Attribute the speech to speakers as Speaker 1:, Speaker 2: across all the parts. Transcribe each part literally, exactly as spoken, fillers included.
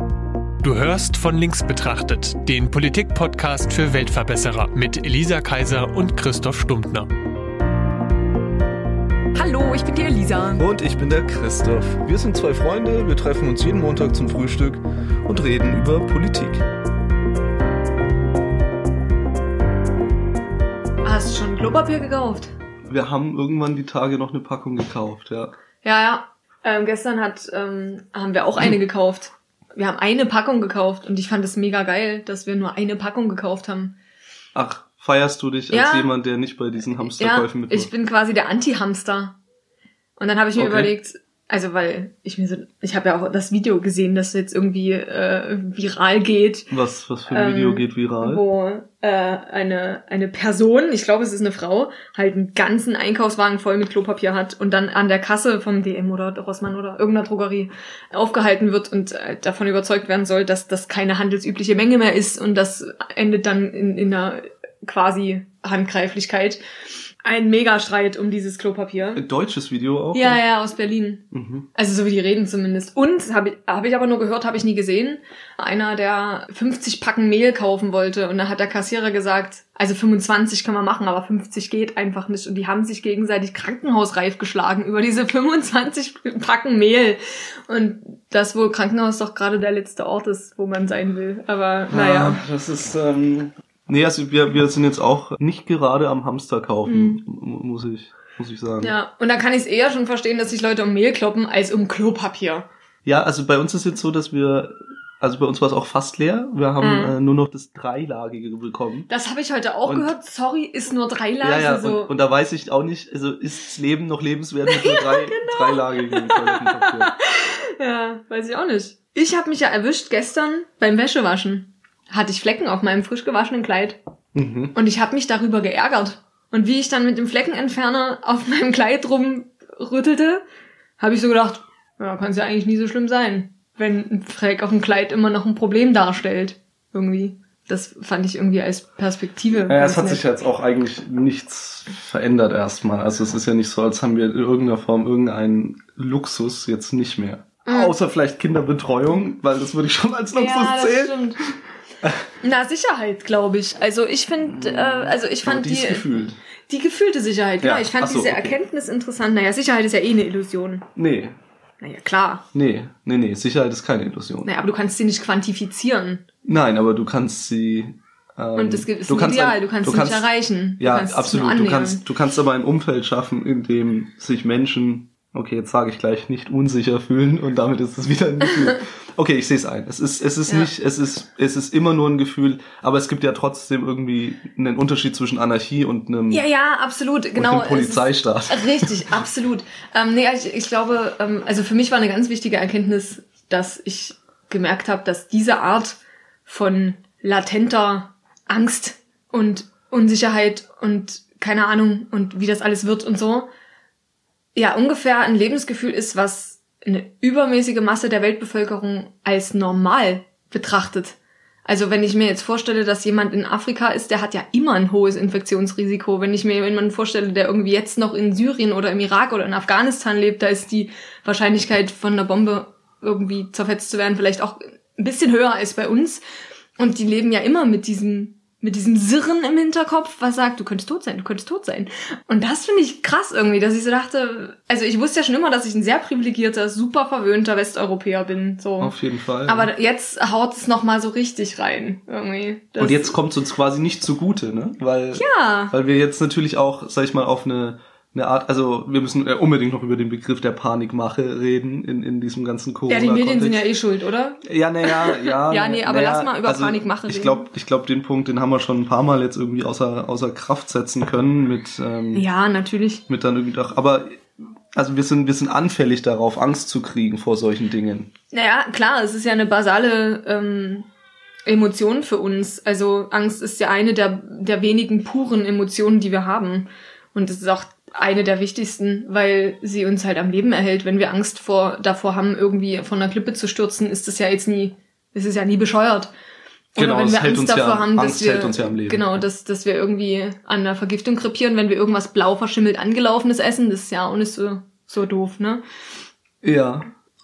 Speaker 1: Du hörst von links betrachtet, den Politik-Podcast für Weltverbesserer mit Elisa Kaiser und Christoph Stumptner.
Speaker 2: Hallo, ich bin die Elisa.
Speaker 3: Und ich bin der Christoph. Wir sind zwei Freunde, wir treffen uns jeden Montag zum Frühstück und reden über Politik.
Speaker 2: Hast du schon Klopapier gekauft?
Speaker 3: Wir haben irgendwann die Tage noch eine Packung gekauft, ja.
Speaker 2: Ja, ja. Ähm, gestern hat, ähm, haben wir auch eine gekauft. Wir haben eine Packung gekauft und ich fand es mega geil, dass wir nur eine Packung gekauft haben.
Speaker 3: Ach, feierst du dich
Speaker 2: ja,
Speaker 3: als jemand, der nicht bei diesen Hamsterkäufen
Speaker 2: ja,
Speaker 3: mitmacht?
Speaker 2: Ich bin quasi der Anti-Hamster. Und dann habe ich mir okay. überlegt, also weil ich mir so, ich habe ja auch das Video gesehen, das jetzt irgendwie äh, viral geht.
Speaker 3: Was, was für ein ähm, Video geht viral?
Speaker 2: Wo äh, eine eine Person, ich glaube es ist eine Frau, halt einen ganzen Einkaufswagen voll mit Klopapier hat und dann an der Kasse vom D M oder Rossmann oder irgendeiner Drogerie aufgehalten wird und äh, davon überzeugt werden soll, dass das keine handelsübliche Menge mehr ist und das endet dann in, in einer quasi Handgreiflichkeit. Ein Megastreit um dieses Klopapier.
Speaker 3: Ein deutsches Video auch?
Speaker 2: Ja, ja, aus Berlin.
Speaker 3: Mhm.
Speaker 2: Also so wie die reden zumindest. Und, habe ich, hab ich aber nur gehört, habe ich nie gesehen, einer, der fünfzig Packen Mehl kaufen wollte. Und dann hat der Kassierer gesagt, also fünfundzwanzig kann man machen, aber fünfzig geht einfach nicht. Und die haben sich gegenseitig krankenhausreif geschlagen über diese fünfundzwanzig Packen Mehl. Und das, wo Krankenhaus doch gerade der letzte Ort ist, wo man sein will. Aber naja.
Speaker 3: Ja, das ist... Ähm Nee, also wir wir sind jetzt auch nicht gerade am Hamster kaufen, mhm. muss ich muss ich sagen.
Speaker 2: Ja, und da kann ich es eher schon verstehen, dass sich Leute um Mehl kloppen, als um Klopapier.
Speaker 3: Ja, also bei uns ist jetzt so, dass wir, also bei uns war es auch fast leer. Wir haben mhm. äh, nur noch das Dreilagige bekommen.
Speaker 2: Das habe ich heute auch und, gehört. Sorry, ist nur dreilagig.
Speaker 3: Ja, ja,
Speaker 2: so.
Speaker 3: und, und da weiß ich auch nicht, also ist das Leben noch lebenswert mit nur drei, ja, genau. dreilagigem Toilettenpapier?
Speaker 2: Ja, weiß ich auch nicht. Ich habe mich ja erwischt gestern beim Wäschewaschen. Hatte ich Flecken auf meinem frisch gewaschenen Kleid. Mhm. Und ich habe mich darüber geärgert. Und wie ich dann mit dem Fleckenentferner auf meinem Kleid rumrüttelte, habe ich so gedacht, ja, kann es ja eigentlich nie so schlimm sein, wenn ein Fleck auf dem Kleid immer noch ein Problem darstellt. Irgendwie. Das fand ich irgendwie als Perspektive.
Speaker 3: Ja, es hat nett. sich jetzt auch eigentlich nichts verändert erstmal. Also es ist ja nicht so, als haben wir in irgendeiner Form irgendeinen Luxus jetzt nicht mehr. Mhm. Außer vielleicht Kinderbetreuung, weil das würde ich schon als Luxus
Speaker 2: ja, das
Speaker 3: zählen.
Speaker 2: Stimmt. Na, Sicherheit, glaube ich. Also ich finde, äh, also ich fand
Speaker 3: die...
Speaker 2: die,
Speaker 3: ist gefühlt.
Speaker 2: Die gefühlte Sicherheit, genau. Ja. Ich fand so, diese okay. Erkenntnis interessant. Naja, Sicherheit ist ja eh eine Illusion.
Speaker 3: Nee.
Speaker 2: Naja, klar.
Speaker 3: Nee, nee, nee, Sicherheit ist keine Illusion.
Speaker 2: Naja, aber du kannst sie nicht quantifizieren.
Speaker 3: Nein, aber du kannst sie... Ähm,
Speaker 2: Und das ist ein Ideal, du kannst, du kannst sie nicht erreichen.
Speaker 3: Ja,
Speaker 2: du kannst
Speaker 3: absolut. Du kannst, du kannst aber ein Umfeld schaffen, in dem sich Menschen... Okay, jetzt sage ich gleich, nicht unsicher fühlen und damit ist es wieder ein Gefühl. Okay, ich sehe es ein. Es ist, es ist ja. nicht, es ist, es ist immer nur ein Gefühl, aber es gibt ja trotzdem irgendwie einen Unterschied zwischen Anarchie und einem,
Speaker 2: ja, ja, absolut, genau,
Speaker 3: und einem Polizeistaat.
Speaker 2: Richtig, absolut. Ähm, nee, ich, ich glaube, ähm, also für mich war eine ganz wichtige Erkenntnis, dass ich gemerkt habe, dass diese Art von latenter Angst und Unsicherheit und keine Ahnung und wie das alles wird und so, ja, ungefähr ein Lebensgefühl ist, was eine übermäßige Masse der Weltbevölkerung als normal betrachtet. Also wenn ich mir jetzt vorstelle, dass jemand in Afrika ist, der hat ja immer ein hohes Infektionsrisiko. Wenn ich mir jemanden vorstelle, der irgendwie jetzt noch in Syrien oder im Irak oder in Afghanistan lebt, da ist die Wahrscheinlichkeit von einer Bombe irgendwie zerfetzt zu werden vielleicht auch ein bisschen höher als bei uns. Und die leben ja immer mit diesem mit diesem Sirren im Hinterkopf, was sagt, du könntest tot sein, du könntest tot sein. Und das finde ich krass irgendwie, dass ich so dachte, also ich wusste ja schon immer, dass ich ein sehr privilegierter, super verwöhnter Westeuropäer bin. So.
Speaker 3: Auf jeden Fall.
Speaker 2: Aber jetzt haut es nochmal so richtig rein, irgendwie. Das
Speaker 3: und jetzt kommt es uns quasi nicht zugute, ne? Weil,
Speaker 2: ja.
Speaker 3: weil wir jetzt natürlich auch, sag ich mal, auf eine eine Art, also wir müssen unbedingt noch über den Begriff der Panikmache reden in in diesem ganzen Corona-Kontext.
Speaker 2: Ja, die Medien sind ja eh schuld, oder?
Speaker 3: Ja, naja, ja.
Speaker 2: ja, nee, aber
Speaker 3: naja,
Speaker 2: lass mal über
Speaker 3: also
Speaker 2: Panikmache reden.
Speaker 3: Ich glaube, ich glaube, den Punkt, den haben wir schon ein paar Mal jetzt irgendwie außer außer Kraft setzen können mit ähm,
Speaker 2: ja, natürlich.
Speaker 3: Mit dann irgendwie auch, aber also wir sind wir sind anfällig darauf, Angst zu kriegen vor solchen Dingen.
Speaker 2: Naja, klar, es ist ja eine basale ähm, Emotion für uns. Also Angst ist ja eine der der wenigen puren Emotionen, die wir haben. Und es ist auch eine der wichtigsten, weil sie uns halt am Leben erhält. Wenn wir Angst vor davor haben, irgendwie von einer Klippe zu stürzen, ist das ja jetzt nie, ist es ja nie bescheuert. Oder
Speaker 3: genau,
Speaker 2: wenn wir Angst davor
Speaker 3: ja,
Speaker 2: haben, dass
Speaker 3: Angst
Speaker 2: wir
Speaker 3: hält uns ja am Leben.
Speaker 2: Genau, dass dass wir irgendwie an einer Vergiftung krepieren, wenn wir irgendwas blau verschimmelt angelaufenes essen, das ist ja auch nicht so so doof, ne?
Speaker 3: Ja.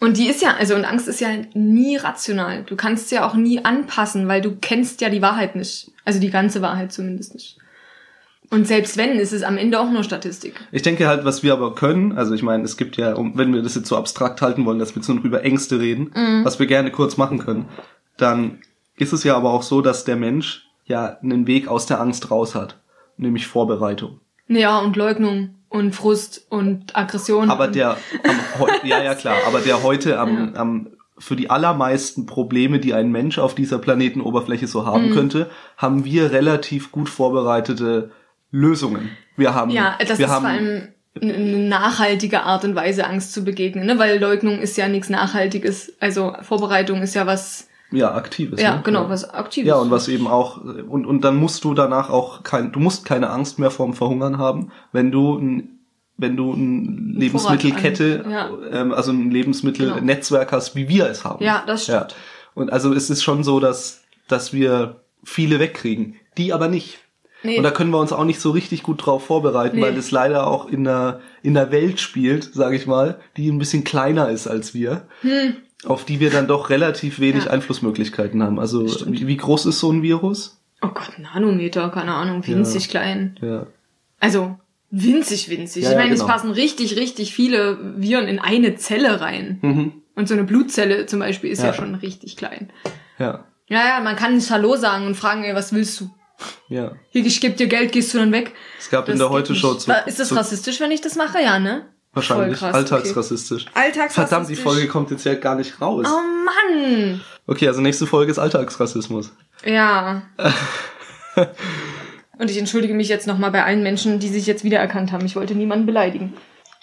Speaker 2: Und die ist ja, also und Angst ist ja nie rational. Du kannst ja auch nie anpassen, weil du kennst ja die Wahrheit nicht. Also die ganze Wahrheit zumindest nicht. Und selbst wenn, ist es am Ende auch nur Statistik.
Speaker 3: Ich denke halt, was wir aber können, also ich meine, es gibt ja, wenn wir das jetzt so abstrakt halten wollen, dass wir so über Ängste reden, mhm. was wir gerne kurz machen können, dann ist es ja aber auch so, dass der Mensch ja einen Weg aus der Angst raus hat, nämlich Vorbereitung.
Speaker 2: Ja, und Leugnung und Frust und Aggression.
Speaker 3: Aber
Speaker 2: und
Speaker 3: der, am, ja, ja klar, aber der heute am,
Speaker 2: ja.
Speaker 3: am für die allermeisten Probleme, die ein Mensch auf dieser Planetenoberfläche so haben mhm. könnte, haben wir relativ gut vorbereitete Lösungen. Wir haben,
Speaker 2: ja, das
Speaker 3: wir
Speaker 2: ist
Speaker 3: haben,
Speaker 2: vor allem eine nachhaltige Art und Weise, Angst zu begegnen, ne? Weil Leugnung ist ja nichts Nachhaltiges. Also Vorbereitung ist ja was...
Speaker 3: Ja, Aktives.
Speaker 2: Ja,
Speaker 3: ne?
Speaker 2: genau,
Speaker 3: ja.
Speaker 2: was Aktives.
Speaker 3: Ja, und was eben auch, und, und dann musst du danach auch kein, du musst keine Angst mehr vorm Verhungern haben, wenn du ein, wenn du eine Lebensmittelkette,
Speaker 2: ja.
Speaker 3: ähm, also ein Lebensmittelnetzwerk genau. hast, wie wir es haben.
Speaker 2: Ja, das stimmt. Ja.
Speaker 3: Und also es ist schon so, dass, dass wir viele wegkriegen, die aber nicht. Nee. Und da können wir uns auch nicht so richtig gut drauf vorbereiten, nee. weil das leider auch in der, in der Welt spielt, sage ich mal, die ein bisschen kleiner ist als wir, hm. auf die wir dann doch relativ wenig ja. Einflussmöglichkeiten haben. Also wie, wie groß ist so ein Virus?
Speaker 2: Oh Gott, Nanometer, keine Ahnung, winzig
Speaker 3: ja.
Speaker 2: klein.
Speaker 3: Ja.
Speaker 2: Also winzig, winzig.
Speaker 3: Ja,
Speaker 2: ich meine,
Speaker 3: ja, genau.
Speaker 2: es passen richtig, richtig viele Viren in eine Zelle rein. Mhm. Und so eine Blutzelle zum Beispiel ist ja, ja schon richtig klein.
Speaker 3: Ja.
Speaker 2: Ja, ja, man kann nicht Hallo sagen und fragen, ey, was willst du?
Speaker 3: Ja.
Speaker 2: Hier, ich gebe dir Geld, gehst du dann weg?
Speaker 3: Es gab
Speaker 2: das
Speaker 3: in der Heute-Show zu...
Speaker 2: Ist das zu, rassistisch, wenn ich das mache? Ja, ne?
Speaker 3: Wahrscheinlich. Krass, Alltagsrassistisch.
Speaker 2: Okay. Alltagsrassistisch.
Speaker 3: Verdammt, die Folge kommt jetzt ja gar nicht raus.
Speaker 2: Oh Mann!
Speaker 3: Okay, also nächste Folge ist Alltagsrassismus.
Speaker 2: Ja. Und ich entschuldige mich jetzt nochmal bei allen Menschen, die sich jetzt wiedererkannt haben. Ich wollte niemanden beleidigen.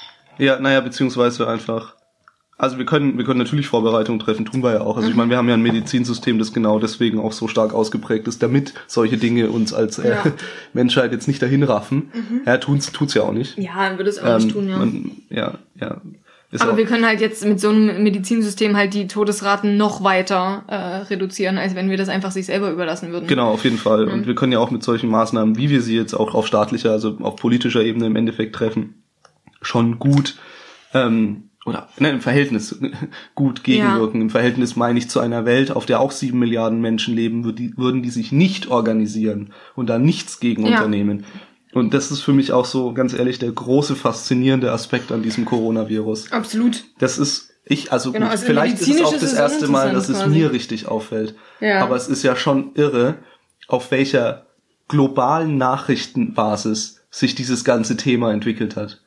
Speaker 3: Ja, naja, beziehungsweise einfach... Also wir können wir können natürlich Vorbereitungen treffen, tun wir ja auch. Also ich meine, wir haben ja ein Medizinsystem, das genau deswegen auch so stark ausgeprägt ist, damit solche Dinge uns als äh, ja. Menschheit jetzt nicht dahin raffen. Mhm. Ja, tun's tut's ja auch nicht.
Speaker 2: Ja, würde es auch ähm, nicht tun, ja.
Speaker 3: Man, ja, ja. Ist
Speaker 2: Aber
Speaker 3: auch,
Speaker 2: wir können halt jetzt mit so einem Medizinsystem halt die Todesraten noch weiter äh, reduzieren, als wenn wir das einfach sich selber überlassen würden.
Speaker 3: Genau, auf jeden Fall.
Speaker 2: Mhm.
Speaker 3: Und wir können ja auch mit solchen Maßnahmen, wie wir sie jetzt auch auf staatlicher, also auf politischer Ebene im Endeffekt treffen, schon gut ähm, oder ne, im Verhältnis gut gegenwirken. Ja. Im Verhältnis meine ich zu einer Welt, auf der auch sieben Milliarden Menschen leben, würden die sich nicht organisieren und da nichts gegen ja. unternehmen. Und das ist für mich auch so, ganz ehrlich, der große faszinierende Aspekt an diesem Coronavirus.
Speaker 2: Absolut.
Speaker 3: Das ist, ich, also,
Speaker 2: genau,
Speaker 3: gut,
Speaker 2: also
Speaker 3: vielleicht ist es auch das erste Mal, dass es
Speaker 2: quasi.
Speaker 3: mir richtig auffällt.
Speaker 2: Ja.
Speaker 3: Aber es ist ja schon irre, auf welcher globalen Nachrichtenbasis sich dieses ganze Thema entwickelt hat.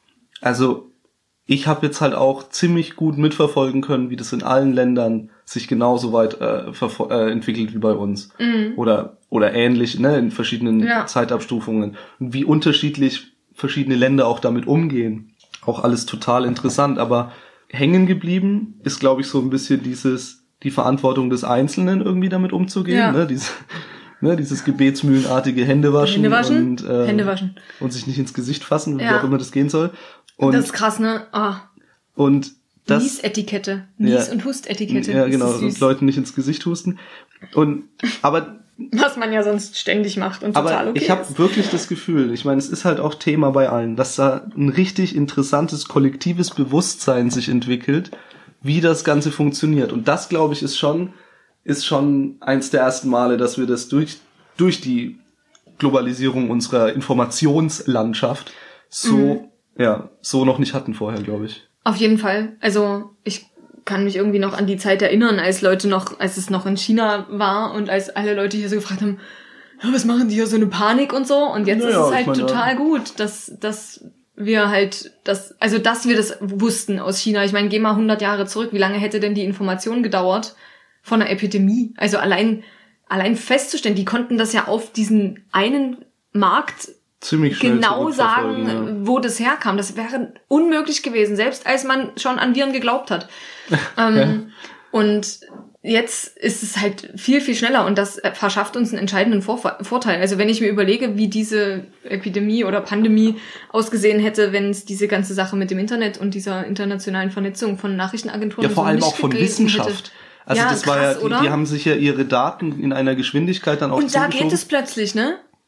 Speaker 3: Also, ich habe jetzt halt auch ziemlich gut mitverfolgen können, wie das in allen Ländern sich genauso weit äh, verfo- äh, entwickelt wie bei uns. Mhm. Oder oder ähnlich, ne, in verschiedenen ja. Zeitabstufungen. Und wie unterschiedlich verschiedene Länder auch damit umgehen. Auch alles total interessant. Aber hängen geblieben ist, glaube ich, so ein bisschen dieses, die Verantwortung des Einzelnen irgendwie damit umzugehen. Ja. Ne, dieses, ne, dieses gebetsmühlenartige Händewaschen.
Speaker 2: Händewaschen?
Speaker 3: Und, äh,
Speaker 2: Händewaschen.
Speaker 3: Und sich nicht ins Gesicht fassen,
Speaker 2: ja.
Speaker 3: wie auch immer das gehen soll. Und,
Speaker 2: das ist krass, ne? Ah.
Speaker 3: Und das,
Speaker 2: Nies-Etikette. Nies- ja, und Hustetikette.
Speaker 3: Ja, genau. Und Leuten nicht ins Gesicht husten. Und, aber,
Speaker 2: was man ja sonst ständig macht und total
Speaker 3: aber
Speaker 2: okay
Speaker 3: ich habe
Speaker 2: ist.
Speaker 3: wirklich das Gefühl, ich meine, es ist halt auch Thema bei allen, dass da ein richtig interessantes kollektives Bewusstsein sich entwickelt, wie das Ganze funktioniert. Und das, glaube ich, ist schon, ist schon eins der ersten Male, dass wir das durch, durch die Globalisierung unserer Informationslandschaft so, mhm. ja, so noch nicht hatten vorher, glaube ich.
Speaker 2: Auf jeden Fall. Also, ich kann mich irgendwie noch an die Zeit erinnern, als Leute noch, als es noch in China war und als alle Leute hier so gefragt haben, ja, was machen die hier, so eine Panik und so? Und jetzt naja, ist es halt meine, total gut, dass, dass wir halt, dass, also, dass wir das wussten aus China. Ich meine, geh mal hundert Jahre zurück. Wie lange hätte denn die Information gedauert von einer Epidemie? Also allein, allein festzustellen, die konnten das ja auf diesen einen Markt
Speaker 3: ziemlich schnell
Speaker 2: genau sagen,
Speaker 3: ja.
Speaker 2: wo das herkam. Das wäre unmöglich gewesen, selbst als man schon an Viren geglaubt hat. ähm,
Speaker 3: ja.
Speaker 2: Und jetzt ist es halt viel, viel schneller und das verschafft uns einen entscheidenden Vor- Vorteil. Also wenn ich mir überlege, wie diese Epidemie oder Pandemie ausgesehen hätte, wenn es diese ganze Sache mit dem Internet und dieser internationalen Vernetzung von Nachrichtenagenturen
Speaker 3: ja, vor
Speaker 2: so
Speaker 3: allem
Speaker 2: nicht
Speaker 3: auch von Wissenschaft.
Speaker 2: Hätte.
Speaker 3: Also
Speaker 2: ja,
Speaker 3: das
Speaker 2: krass,
Speaker 3: war ja, die,
Speaker 2: oder?
Speaker 3: die haben sich ja ihre Daten in einer Geschwindigkeit dann auch
Speaker 2: und da
Speaker 3: zugeschoben.
Speaker 2: geht es plötzlich, ne?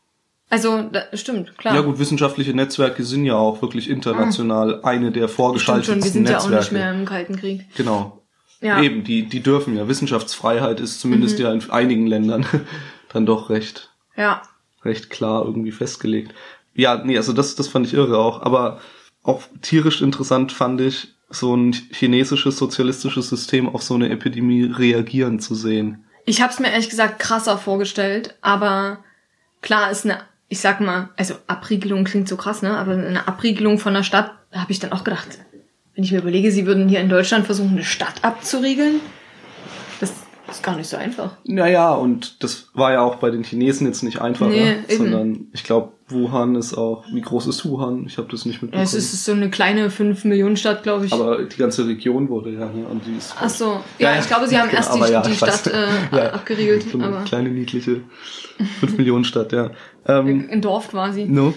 Speaker 2: Also, das stimmt, klar.
Speaker 3: Ja gut, wissenschaftliche Netzwerke sind ja auch wirklich international ah. eine der vorgeschaltetsten Netzwerke.
Speaker 2: Stimmt schon, wir sind Netzwerke. Ja auch nicht mehr im Kalten Krieg.
Speaker 3: Genau. Ja. Eben, die die dürfen ja. Wissenschaftsfreiheit ist zumindest mhm. ja in einigen Ländern dann doch recht,
Speaker 2: ja.
Speaker 3: recht klar irgendwie festgelegt. Ja, nee, also das das fand ich irre auch. Aber auch tierisch interessant fand ich, so ein chinesisches sozialistisches System auf so eine Epidemie reagieren zu sehen.
Speaker 2: Ich habe es mir ehrlich gesagt krasser vorgestellt, aber klar ist eine, ich sag mal, also Abriegelung klingt so krass, ne? Aber eine Abriegelung von einer Stadt, da habe ich dann auch gedacht, wenn ich mir überlege, sie würden hier in Deutschland versuchen, eine Stadt abzuriegeln, das ist gar nicht so einfach.
Speaker 3: Naja, und das war ja auch bei den Chinesen jetzt nicht einfacher, nee, sondern ich glaube, Wuhan ist auch, wie groß ist Wuhan? Ich habe das nicht mitbekommen.
Speaker 2: Ja, es ist so eine kleine fünf Millionen Stadt, glaube ich.
Speaker 3: Aber die ganze Region wurde ja, ne, und die ist...
Speaker 2: Ach so, ja, ja, ich glaube, sie haben erst die, ja, die Stadt äh, ja, abgeriegelt.
Speaker 3: So eine
Speaker 2: aber
Speaker 3: kleine, niedliche fünf Millionen Stadt, ja. Ähm,
Speaker 2: Ein Dorf quasi.
Speaker 3: No.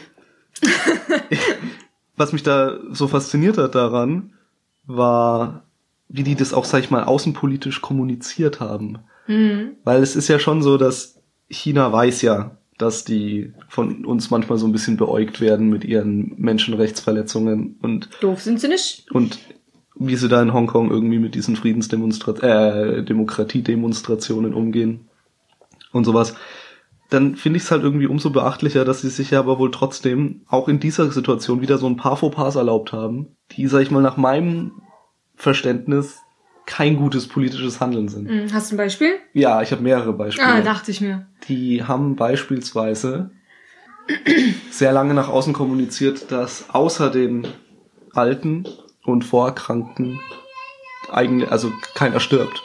Speaker 3: Was mich da so fasziniert hat daran, war, wie die das auch, sag ich mal, außenpolitisch kommuniziert haben.
Speaker 2: Mhm.
Speaker 3: Weil es ist ja schon so, dass China weiß ja, dass die von uns manchmal so ein bisschen beäugt werden mit ihren Menschenrechtsverletzungen und
Speaker 2: doof sind sie nicht.
Speaker 3: Und wie sie da in Hongkong irgendwie mit diesen Friedensdemonstrationen, äh, Demokratiedemonstrationen umgehen und sowas. Dann finde ich es halt irgendwie umso beachtlicher, dass sie sich ja aber wohl trotzdem auch in dieser Situation wieder so ein paar Fauxpas erlaubt haben, die, sag ich mal, nach meinem Verständnis kein gutes politisches Handeln sind.
Speaker 2: Hast du ein Beispiel?
Speaker 3: Ja, ich habe mehrere Beispiele.
Speaker 2: Ah, dachte ich mir.
Speaker 3: Die haben beispielsweise sehr lange nach außen kommuniziert, dass außer den Alten und Vorerkrankten eigentlich, also keiner stirbt.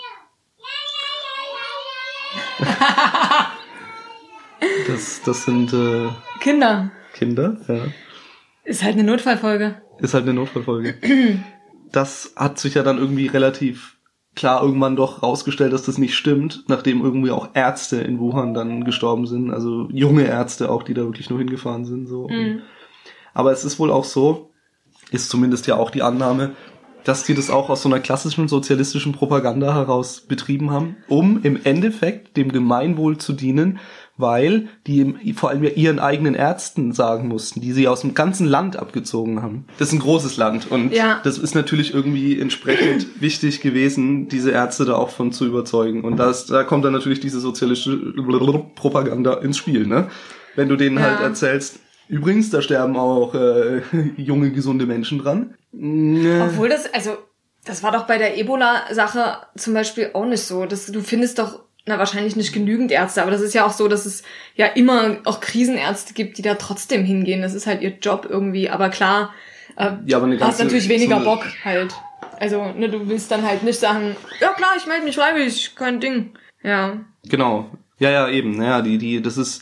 Speaker 3: Das, das sind äh,
Speaker 2: Kinder.
Speaker 3: Kinder, ja.
Speaker 2: Ist halt eine Notfallfolge.
Speaker 3: Ist halt eine Notfallfolge. Das hat sich ja dann irgendwie relativ klar irgendwann doch rausgestellt, dass das nicht stimmt, nachdem irgendwie auch Ärzte in Wuhan dann gestorben sind, also junge Ärzte auch, die da wirklich nur hingefahren sind. So.
Speaker 2: Mhm.
Speaker 3: Aber es ist wohl auch so, ist zumindest ja auch die Annahme, dass die das auch aus so einer klassischen sozialistischen Propaganda heraus betrieben haben, um im Endeffekt dem Gemeinwohl zu dienen, weil die vor allem ja ihren eigenen Ärzten sagen mussten, die sie aus dem ganzen Land abgezogen haben. Das ist ein großes Land und
Speaker 2: ja.
Speaker 3: das ist natürlich irgendwie entsprechend wichtig gewesen, diese Ärzte da auch von zu überzeugen. Und das, da kommt dann natürlich diese sozialistische Propaganda ins Spiel, ne? Wenn du denen ja. halt erzählst, übrigens, da sterben auch äh, junge, gesunde Menschen dran.
Speaker 2: Obwohl das, also, das war doch bei der Ebola-Sache zum Beispiel auch nicht so. Das, du findest doch, na, wahrscheinlich nicht genügend Ärzte, aber das ist ja auch so, dass es ja immer auch Krisenärzte gibt, die da trotzdem hingehen. Das ist halt ihr Job irgendwie. Aber klar, äh,
Speaker 3: ja, aber eine
Speaker 2: hast natürlich weniger
Speaker 3: so
Speaker 2: Bock halt. Also, ne, du willst dann halt nicht sagen, ja klar, ich melde mich freiwillig, kein Ding. Ja.
Speaker 3: Genau. Ja, ja, eben. Naja, die, die, das ist,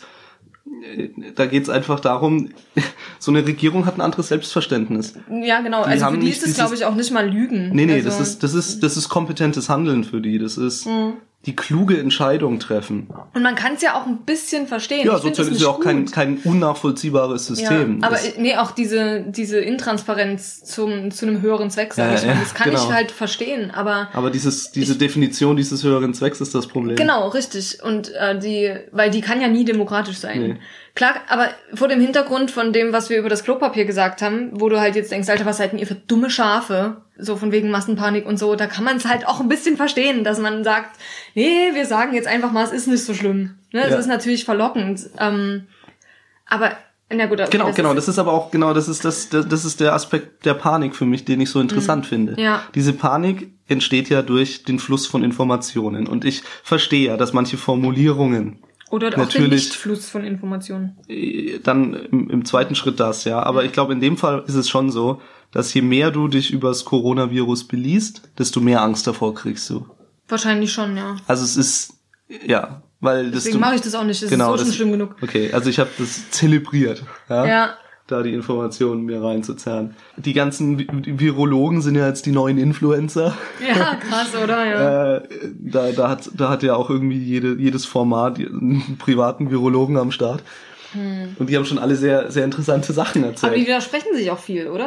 Speaker 3: da geht's einfach darum, so eine Regierung hat ein anderes Selbstverständnis.
Speaker 2: Ja, genau.
Speaker 3: Die
Speaker 2: also für die ist es, glaube ich, auch nicht mal Lügen.
Speaker 3: Nee, nee,
Speaker 2: also,
Speaker 3: das ist, das ist, das ist kompetentes Handeln für die. Das ist mhm. die kluge Entscheidung treffen.
Speaker 2: Und man kann es ja auch ein bisschen verstehen.
Speaker 3: Ja, sozial ist ja auch kein, kein unnachvollziehbares System.
Speaker 2: Ja, aber
Speaker 3: das,
Speaker 2: nee, auch diese, diese Intransparenz zum, zu einem höheren Zweck, sag
Speaker 3: ja,
Speaker 2: ich mal. Das kann
Speaker 3: genau.
Speaker 2: ich halt verstehen, aber.
Speaker 3: Aber dieses, diese ich, Definition dieses höheren Zwecks ist das Problem.
Speaker 2: Genau, richtig. Und, äh, die, weil die kann ja nie demokratisch sein.
Speaker 3: Nee.
Speaker 2: Klar, aber vor dem Hintergrund von dem, was wir über das Klopapier gesagt haben, wo du halt jetzt denkst, Alter, was seid denn ihr für dumme Schafe? So von wegen Massenpanik und so, da kann man es halt auch ein bisschen verstehen, dass man sagt, nee, wir sagen jetzt einfach mal, es ist nicht so schlimm. Ne, ja. Es ist natürlich verlockend. Ähm, aber, na gut. Okay,
Speaker 3: genau,
Speaker 2: das
Speaker 3: genau,
Speaker 2: ist,
Speaker 3: das ist aber auch, genau, das ist das, das ist der Aspekt der Panik für mich, den ich so interessant
Speaker 2: mh,
Speaker 3: finde.
Speaker 2: Ja.
Speaker 3: Diese Panik entsteht ja durch den Fluss von Informationen und ich verstehe ja, dass manche Formulierungen
Speaker 2: oder auch
Speaker 3: natürlich,
Speaker 2: den Nichtfluss von Informationen.
Speaker 3: Dann im, im zweiten Schritt das, ja. Aber ich glaube, in dem Fall ist es schon so, dass je mehr du dich übers Coronavirus beliest, desto mehr Angst davor kriegst du.
Speaker 2: Wahrscheinlich schon, ja.
Speaker 3: Also es ist, ja, weil das
Speaker 2: deswegen mache ich das auch nicht, das
Speaker 3: genau,
Speaker 2: ist so schon
Speaker 3: das,
Speaker 2: schlimm genug.
Speaker 3: Okay, also ich habe das zelebriert, ja.
Speaker 2: Ja.
Speaker 3: Da die Informationen mir reinzuzerren. Die ganzen Virologen sind ja jetzt die neuen Influencer.
Speaker 2: Ja, krass, oder? Ja.
Speaker 3: äh, da, da hat, da hat ja auch irgendwie jede, jedes Format einen privaten Virologen am Start. Hm. Und die haben schon alle sehr, sehr interessante Sachen erzählt.
Speaker 2: Aber die widersprechen sich auch viel, oder?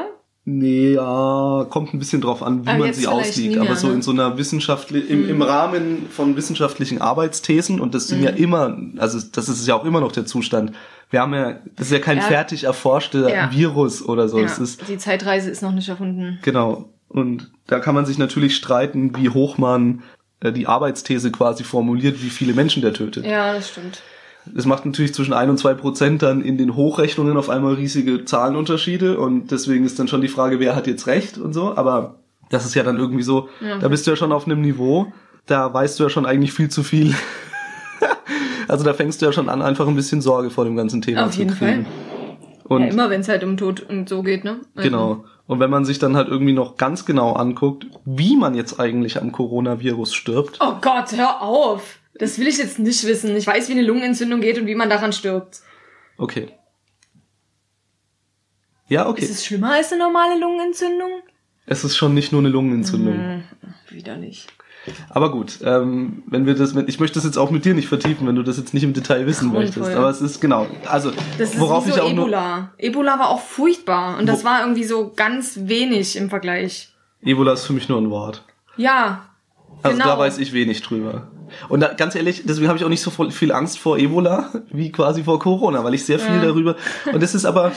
Speaker 3: Nee, ja, kommt ein bisschen drauf an, wie
Speaker 2: Aber
Speaker 3: man
Speaker 2: jetzt
Speaker 3: sie
Speaker 2: vielleicht
Speaker 3: auslegt.
Speaker 2: nie mehr,
Speaker 3: Aber so
Speaker 2: ne?
Speaker 3: in so einer wissenschaftlichen, im, im Rahmen von wissenschaftlichen Arbeitsthesen, und das sind ja immer, also das ist ja auch immer noch der Zustand. Wir haben ja, das ist ja kein
Speaker 2: Ja.
Speaker 3: fertig erforschter
Speaker 2: Ja.
Speaker 3: Virus oder so.
Speaker 2: Ja,
Speaker 3: Das ist,
Speaker 2: die Zeitreise ist noch nicht erfunden.
Speaker 3: genau. Und da kann man sich natürlich streiten, wie hoch man äh, die Arbeitsthese quasi formuliert, wie viele Menschen der tötet.
Speaker 2: Ja, das stimmt.
Speaker 3: Es macht natürlich zwischen ein und zwei Prozent dann in den Hochrechnungen auf einmal riesige Zahlenunterschiede, und deswegen ist dann schon die Frage, wer hat jetzt recht und so, aber das ist ja dann irgendwie so,
Speaker 2: Ja.
Speaker 3: da bist du ja schon auf einem Niveau, da weißt du ja schon eigentlich viel zu viel. Also da fängst du ja schon an, einfach ein bisschen Sorge vor dem ganzen Thema
Speaker 2: Auf
Speaker 3: zu
Speaker 2: jeden
Speaker 3: kriegen.
Speaker 2: Fall.
Speaker 3: Und
Speaker 2: Ja, immer wenn es halt um Tod und so geht, ne? Also,
Speaker 3: genau. Und wenn man sich dann halt irgendwie noch ganz genau anguckt, wie man jetzt eigentlich am Coronavirus stirbt.
Speaker 2: Oh Gott, hör auf! Das will ich jetzt nicht wissen. Ich weiß, wie eine Lungenentzündung geht und wie man daran stirbt.
Speaker 3: Okay. Ja, okay.
Speaker 2: Ist es schlimmer als eine normale Lungenentzündung?
Speaker 3: Es ist schon nicht nur eine Lungenentzündung.
Speaker 2: Hm, wieder nicht.
Speaker 3: Aber gut, ähm, wenn wir das mit, ich möchte das jetzt auch mit dir nicht vertiefen, wenn du das jetzt nicht im Detail wissen
Speaker 2: Grauenvoll.
Speaker 3: möchtest. Aber es ist genau, also
Speaker 2: Das ist
Speaker 3: worauf
Speaker 2: wie so
Speaker 3: ich auch
Speaker 2: Ebola.
Speaker 3: nur.
Speaker 2: Ebola war auch furchtbar und das
Speaker 3: Wo-
Speaker 2: war irgendwie so ganz wenig im Vergleich.
Speaker 3: Ebola ist für mich nur ein Wort.
Speaker 2: Ja,
Speaker 3: Also
Speaker 2: genau.
Speaker 3: da weiß ich wenig drüber. Und da, ganz ehrlich, deswegen habe ich auch nicht so voll- viel Angst vor Ebola wie quasi vor Corona, weil ich sehr viel
Speaker 2: Ja.
Speaker 3: darüber. Und es ist aber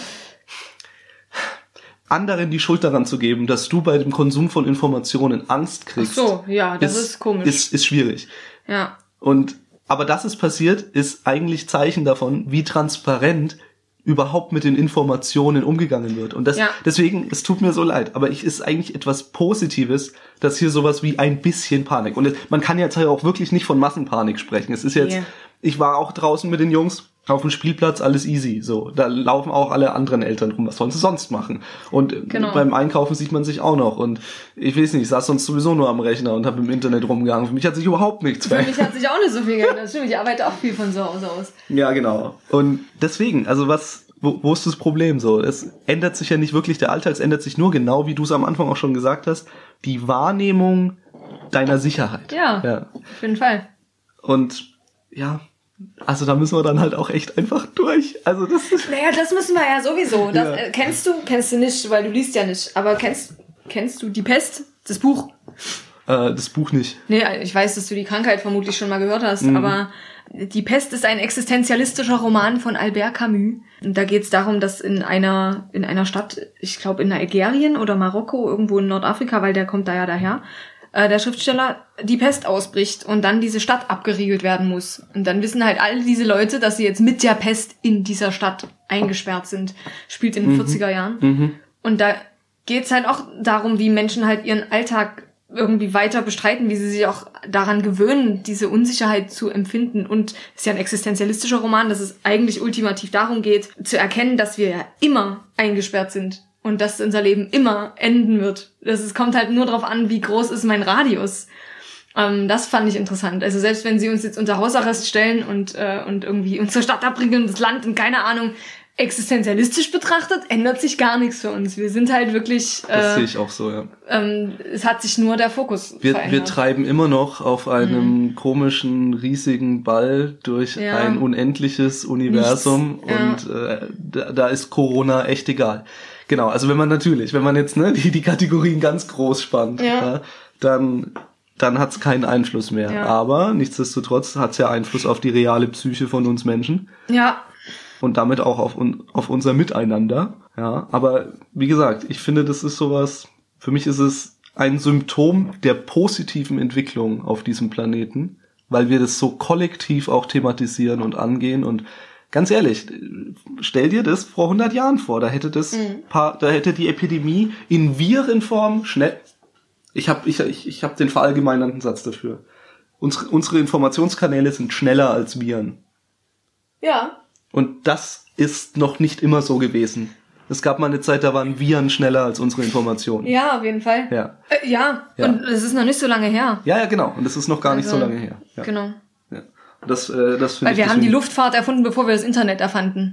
Speaker 3: anderen die Schuld daran zu geben, dass du bei dem Konsum von Informationen Angst kriegst.
Speaker 2: Ach so, ja, das ist komisch.
Speaker 3: Ist, ist schwierig.
Speaker 2: Ja.
Speaker 3: Und aber dass es passiert, ist eigentlich Zeichen davon, wie transparent überhaupt mit den Informationen umgegangen wird. Und das,
Speaker 2: Ja.
Speaker 3: deswegen, es tut mir so leid, aber ich ist eigentlich etwas Positives, dass hier sowas wie ein bisschen Panik. Und es, man kann jetzt auch wirklich nicht von Massenpanik sprechen. Es ist jetzt,
Speaker 2: Nee.
Speaker 3: ich war auch draußen mit den Jungs auf dem Spielplatz, alles easy. So, da laufen auch alle anderen Eltern rum. Was sollen sie sonst machen? Und
Speaker 2: Genau.
Speaker 3: beim Einkaufen sieht man sich auch noch. Und ich weiß nicht, ich saß sonst sowieso nur am Rechner und habe im Internet rumgegangen. Für mich hat sich überhaupt nichts
Speaker 2: Für
Speaker 3: verändert.
Speaker 2: mich hat sich auch nicht so viel geändert. Das stimmt, ich arbeite auch viel von zu Hause aus.
Speaker 3: Ja, genau. Und deswegen, also was, wo, wo ist das Problem so? Es ändert sich ja nicht wirklich der Alltag, es ändert sich nur genau, wie du es am Anfang auch schon gesagt hast, die Wahrnehmung deiner Sicherheit.
Speaker 2: Ja,
Speaker 3: Ja.
Speaker 2: auf jeden Fall.
Speaker 3: Und ja, also da müssen wir dann halt auch echt einfach durch. Also das ist,
Speaker 2: Naja, das müssen wir ja sowieso. Das,
Speaker 3: Ja.
Speaker 2: äh, kennst du, kennst du nicht, weil du liest ja nicht. Aber kennst, kennst du Die Pest, das Buch?
Speaker 3: äh, das Buch nicht.
Speaker 2: Nee, ich weiß, dass du die Krankheit vermutlich schon mal gehört hast,
Speaker 3: Mhm.
Speaker 2: aber Die Pest ist ein existenzialistischer Roman von Albert Camus. Und da geht es darum, dass in einer in einer Stadt, ich glaube in Algerien oder Marokko, irgendwo in Nordafrika, weil der kommt da ja daher, äh, der Schriftsteller die Pest ausbricht und dann diese Stadt abgeriegelt werden muss. Und dann wissen halt all diese Leute, dass sie jetzt mit der Pest in dieser Stadt eingesperrt sind. Spielt in den vierziger Jahren.
Speaker 3: Mhm.
Speaker 2: Und da geht's halt auch darum, wie Menschen halt ihren Alltag irgendwie weiter bestreiten, wie sie sich auch daran gewöhnen, diese Unsicherheit zu empfinden. Und es ist ja ein existenzialistischer Roman, dass es eigentlich ultimativ darum geht, zu erkennen, dass wir ja immer eingesperrt sind und dass unser Leben immer enden wird. Das es kommt halt nur darauf an, wie groß ist mein Radius. Ähm, das fand ich interessant. Also selbst wenn sie uns jetzt unter Hausarrest stellen und äh, und irgendwie unsere Stadt abriegeln, das Land und keine Ahnung, existenzialistisch betrachtet, ändert sich gar nichts für uns. Wir sind halt wirklich,
Speaker 3: Das
Speaker 2: äh,
Speaker 3: sehe ich auch so, ja.
Speaker 2: ähm, es hat sich nur der Fokus
Speaker 3: Wir,
Speaker 2: verändert.
Speaker 3: wir treiben immer noch auf einem
Speaker 2: Mhm.
Speaker 3: komischen, riesigen Ball durch
Speaker 2: Ja.
Speaker 3: ein unendliches Universum.
Speaker 2: Nichts,
Speaker 3: Und äh, da, da ist Corona echt egal. Genau, also wenn man natürlich, wenn man jetzt ne, die, die Kategorien ganz groß spannt,
Speaker 2: Ja.
Speaker 3: äh, dann, dann hat es keinen Einfluss mehr.
Speaker 2: Ja.
Speaker 3: Aber nichtsdestotrotz hat es ja Einfluss auf die reale Psyche von uns Menschen.
Speaker 2: Ja,
Speaker 3: Und damit auch auf, un, auf unser Miteinander. Ja, aber wie gesagt, ich finde, das ist sowas, für mich ist es ein Symptom der positiven Entwicklung auf diesem Planeten, weil wir das so kollektiv auch thematisieren und angehen. Und ganz ehrlich, stell dir das vor hundert Jahren vor, da hätte das
Speaker 2: Mhm.
Speaker 3: paar, da hätte die Epidemie in Virenform schnell, ich habe ich, ich, ich hab den verallgemeinernden Satz dafür. Unsere, unsere Informationskanäle sind schneller als Viren.
Speaker 2: ja.
Speaker 3: Und das ist noch nicht immer so gewesen. Es gab mal eine Zeit, da waren Viren schneller als unsere Informationen.
Speaker 2: Ja, auf jeden Fall.
Speaker 3: Ja.
Speaker 2: Äh, ja.
Speaker 3: Ja.
Speaker 2: Und es ist noch nicht so lange her.
Speaker 3: Ja, ja, genau. Und das ist noch gar nicht
Speaker 2: Also,
Speaker 3: so lange her. Ja.
Speaker 2: Genau.
Speaker 3: Ja. Und das, äh, das finde
Speaker 2: Weil
Speaker 3: ich
Speaker 2: wir haben die
Speaker 3: deswegen-
Speaker 2: Luftfahrt erfunden, bevor wir das Internet erfanden.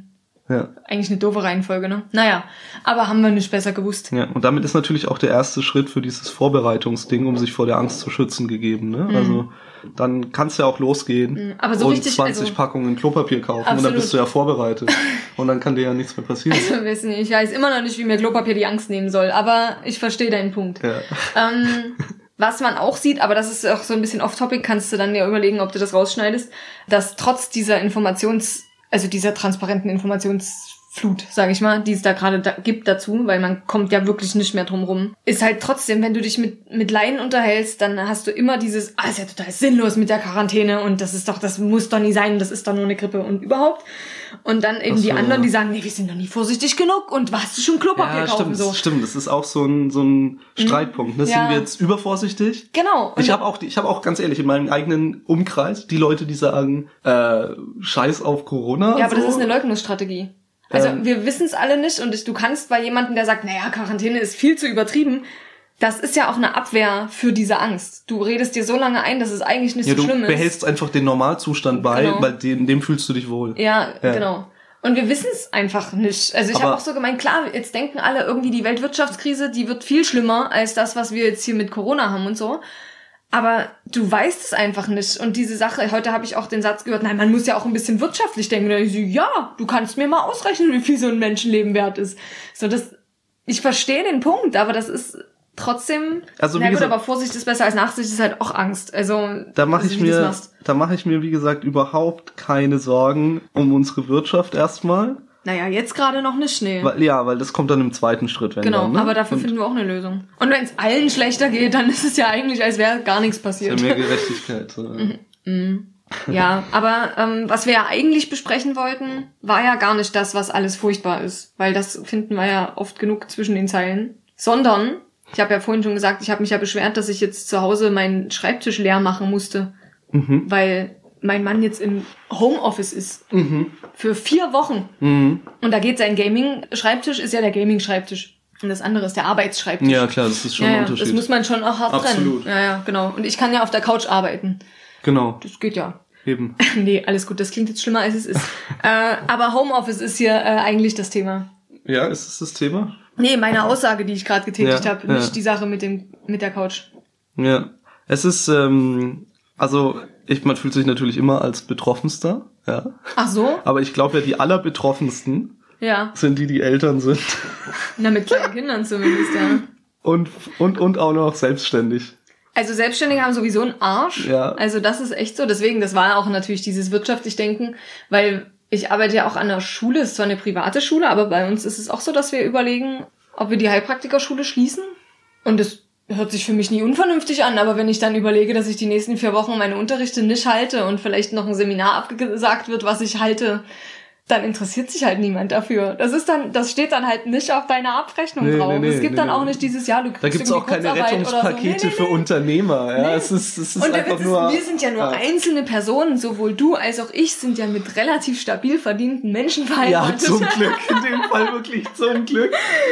Speaker 3: Ja.
Speaker 2: Eigentlich eine doofe Reihenfolge, ne? Naja, aber haben wir nicht besser gewusst.
Speaker 3: Ja, und damit ist natürlich auch der erste Schritt für dieses Vorbereitungsding, um sich vor der Angst zu schützen, gegeben, ne? Mhm. Also dann kann es ja auch losgehen
Speaker 2: aber so
Speaker 3: und
Speaker 2: richtig,
Speaker 3: zwanzig
Speaker 2: also,
Speaker 3: Packungen Klopapier kaufen absolut. Und dann bist du ja vorbereitet und dann kann dir ja nichts mehr passieren.
Speaker 2: Also, wissen ich weiß immer noch nicht, wie mir Klopapier die Angst nehmen soll, aber ich verstehe deinen Punkt.
Speaker 3: Ja.
Speaker 2: Ähm, was man auch sieht, aber das ist auch so ein bisschen off-topic, kannst du dann ja überlegen, ob du das rausschneidest, dass trotz dieser Informations, also dieser transparenten Informationsflut, sage ich mal, die es da gerade da gibt dazu, weil man kommt ja wirklich nicht mehr drum rum, ist halt trotzdem, wenn du dich mit mit Laien unterhältst, dann hast du immer dieses, ah, ist ja total sinnlos mit der Quarantäne und das ist doch, das muss doch nie sein, das ist doch nur eine Grippe und überhaupt. Und dann eben so, die anderen, die sagen, nee, wir sind doch nie vorsichtig genug und was, hast du schon Klopapier
Speaker 3: ja,
Speaker 2: kaufen?
Speaker 3: Stimmt,
Speaker 2: so.
Speaker 3: stimmt, das ist auch so ein so ein Streitpunkt. Ne? Ja. Sind wir jetzt übervorsichtig?
Speaker 2: Genau.
Speaker 3: Ich habe auch, ich habe auch ganz ehrlich in meinem eigenen Umkreis die Leute, die sagen, äh, Scheiß auf Corona.
Speaker 2: Ja, aber
Speaker 3: so.
Speaker 2: das ist eine Leugnungsstrategie. Also
Speaker 3: ähm.
Speaker 2: wir wissen es alle nicht und du kannst bei jemandem, der sagt, naja, Quarantäne ist viel zu übertrieben, das ist ja auch eine Abwehr für diese Angst. Du redest dir so lange ein, dass es eigentlich nicht
Speaker 3: ja,
Speaker 2: so schlimm ist.
Speaker 3: Du behältst einfach den Normalzustand bei, genau. weil in dem fühlst du dich wohl.
Speaker 2: Ja, ja. genau. Und wir wissen es einfach nicht. Also ich habe auch so gemeint, klar, jetzt denken alle irgendwie, die Weltwirtschaftskrise, die wird viel schlimmer als das, was wir jetzt hier mit Corona haben und so. Aber du weißt es einfach nicht. Und diese Sache, heute habe ich auch den Satz gehört, nein, man muss ja auch ein bisschen wirtschaftlich denken. Und ich so, ja, du kannst mir mal ausrechnen, wie viel so ein Menschenleben wert ist. So, das, ich verstehe den Punkt, aber das ist trotzdem,
Speaker 3: also,
Speaker 2: na gut,
Speaker 3: gesagt,
Speaker 2: aber Vorsicht ist besser als Nachsicht, ist halt auch Angst. Also,
Speaker 3: da mache ich mir, da mache ich mir, wie gesagt, überhaupt keine Sorgen um unsere Wirtschaft erstmal.
Speaker 2: Naja, jetzt gerade noch nicht, nee.
Speaker 3: Weil, ja, weil das kommt dann im zweiten Schritt. Wenn
Speaker 2: genau,
Speaker 3: dann, ne?
Speaker 2: aber dafür und finden wir auch eine Lösung. Und wenn es allen schlechter geht, dann ist es ja eigentlich, als wäre gar nichts passiert.
Speaker 3: Mehr Gerechtigkeit. So.
Speaker 2: mhm. Ja, aber ähm, was wir ja eigentlich besprechen wollten, war ja gar nicht das, was alles furchtbar ist. Weil das finden wir ja oft genug zwischen den Zeilen. Sondern, ich habe ja vorhin schon gesagt, ich habe mich ja beschwert, dass ich jetzt zu Hause meinen Schreibtisch leer machen musste. Mhm. Weil mein Mann jetzt im Homeoffice ist. Mhm. Für vier Wochen. Mhm. Und da geht sein Gaming-Schreibtisch, ist ja der Gaming-Schreibtisch. Und das andere ist der Arbeitsschreibtisch.
Speaker 3: Ja, klar, das ist schon
Speaker 2: ja,
Speaker 3: ein
Speaker 2: ja,
Speaker 3: Unterschied.
Speaker 2: Das muss man schon auch hart
Speaker 3: Absolut.
Speaker 2: trennen. Ja, ja, genau. Und ich kann ja auf der Couch arbeiten.
Speaker 3: Genau.
Speaker 2: Das geht ja.
Speaker 3: Eben.
Speaker 2: Nee, alles gut, das klingt jetzt schlimmer, als es ist. äh, aber Homeoffice ist hier äh, eigentlich das Thema.
Speaker 3: Ja, ist es das Thema?
Speaker 2: Nee, meine Aussage, die ich gerade getätigt
Speaker 3: ja,
Speaker 2: habe, nicht
Speaker 3: ja.
Speaker 2: die Sache mit dem mit der Couch.
Speaker 3: Ja, es ist, ähm, also ich, man fühlt sich natürlich immer als Betroffenster, ja.
Speaker 2: Ach so?
Speaker 3: Aber ich glaube ja, die allerbetroffensten
Speaker 2: ja.
Speaker 3: sind die, die Eltern sind.
Speaker 2: Na, mit kleinen Kindern zumindest, ja.
Speaker 3: Und, und, und auch noch selbstständig.
Speaker 2: Also Selbstständige haben sowieso einen Arsch.
Speaker 3: Ja.
Speaker 2: Also das ist echt so. Deswegen, das war auch natürlich dieses wirtschaftlich Denken, weil ich arbeite ja auch an der Schule, es ist zwar eine private Schule, aber bei uns ist es auch so, dass wir überlegen, ob wir die Heilpraktikerschule schließen. Und das hört sich für mich nie unvernünftig an, aber wenn ich dann überlege, dass ich die nächsten vier Wochen meine Unterrichte nicht halte und vielleicht noch ein Seminar abgesagt wird, was ich halte, dann interessiert sich halt niemand dafür. Das ist dann, das steht dann halt nicht auf deiner Abrechnung
Speaker 3: nee,
Speaker 2: drauf.
Speaker 3: Nee, nee,
Speaker 2: es gibt
Speaker 3: nee,
Speaker 2: dann
Speaker 3: nee.
Speaker 2: auch nicht dieses Jahr, du kriegst
Speaker 3: da gibt's auch keine Rettungspakete so. nee, nee, nee. für Unternehmer. Ja,
Speaker 2: nee.
Speaker 3: es ist, es ist
Speaker 2: und
Speaker 3: einfach
Speaker 2: ist,
Speaker 3: nur.
Speaker 2: Wir sind ja nur ja. einzelne Personen, sowohl du als auch ich sind ja mit relativ stabil verdienten Menschen verheiratet.
Speaker 3: Ja, zum Glück, in dem Fall wirklich zum Glück.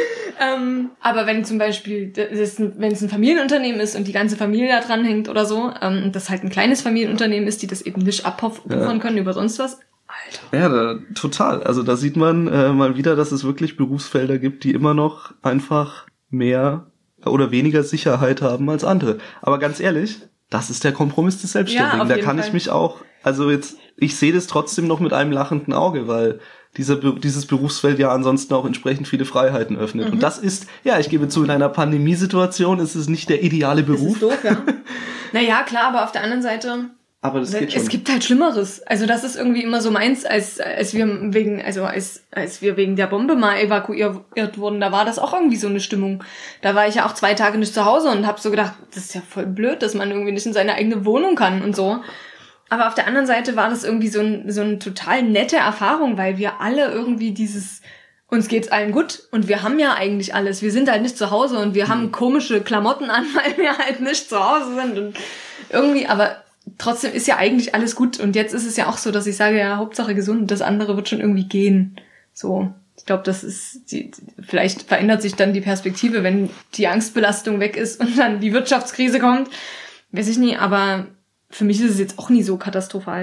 Speaker 2: ähm, aber wenn zum Beispiel, das, wenn es ein Familienunternehmen ist und die ganze Familie da dran hängt oder so, ähm, das halt ein kleines Familienunternehmen ist, die das eben nicht abpuffern ja. können über sonst was. Alter.
Speaker 3: Ja, da, total. Also da sieht man äh, mal wieder, dass es wirklich Berufsfelder gibt, die immer noch einfach mehr oder weniger Sicherheit haben als andere. Aber ganz ehrlich, das ist der Kompromiss des Selbstständigen. Ja, da kann Fall. ich mich auch, also jetzt, ich sehe das trotzdem noch mit einem lachenden Auge, weil dieser, dieses Berufsfeld ja ansonsten auch entsprechend viele Freiheiten öffnet. Mhm. Und das ist, ja, ich gebe zu, in einer Pandemiesituation ist es nicht der ideale Beruf.
Speaker 2: Das ist doof, ja. Naja, klar, aber auf der anderen Seite...
Speaker 3: Aber das geht schon.
Speaker 2: Es gibt halt Schlimmeres. Also das ist irgendwie immer so meins, als als wir wegen, also als als wir wegen der Bombe mal evakuiert wurden, da war das auch irgendwie so eine Stimmung. Da war ich ja auch zwei Tage nicht zu Hause und habe so gedacht, das ist ja voll blöd, dass man irgendwie nicht in seine eigene Wohnung kann und so. Aber auf der anderen Seite war das irgendwie so ein so eine total nette Erfahrung, weil wir alle irgendwie dieses uns geht's allen gut und wir haben ja eigentlich alles. Wir sind halt nicht zu Hause und wir haben komische Klamotten an, weil wir halt nicht zu Hause sind und irgendwie, aber trotzdem ist ja eigentlich alles gut. Und jetzt ist es ja auch so, dass ich sage, ja, Hauptsache gesund, das andere wird schon irgendwie gehen. So, ich glaube, das ist, die, vielleicht verändert sich dann die Perspektive, wenn die Angstbelastung weg ist und dann die Wirtschaftskrise kommt. Weiß ich nie, aber für mich ist es jetzt auch nie so katastrophal.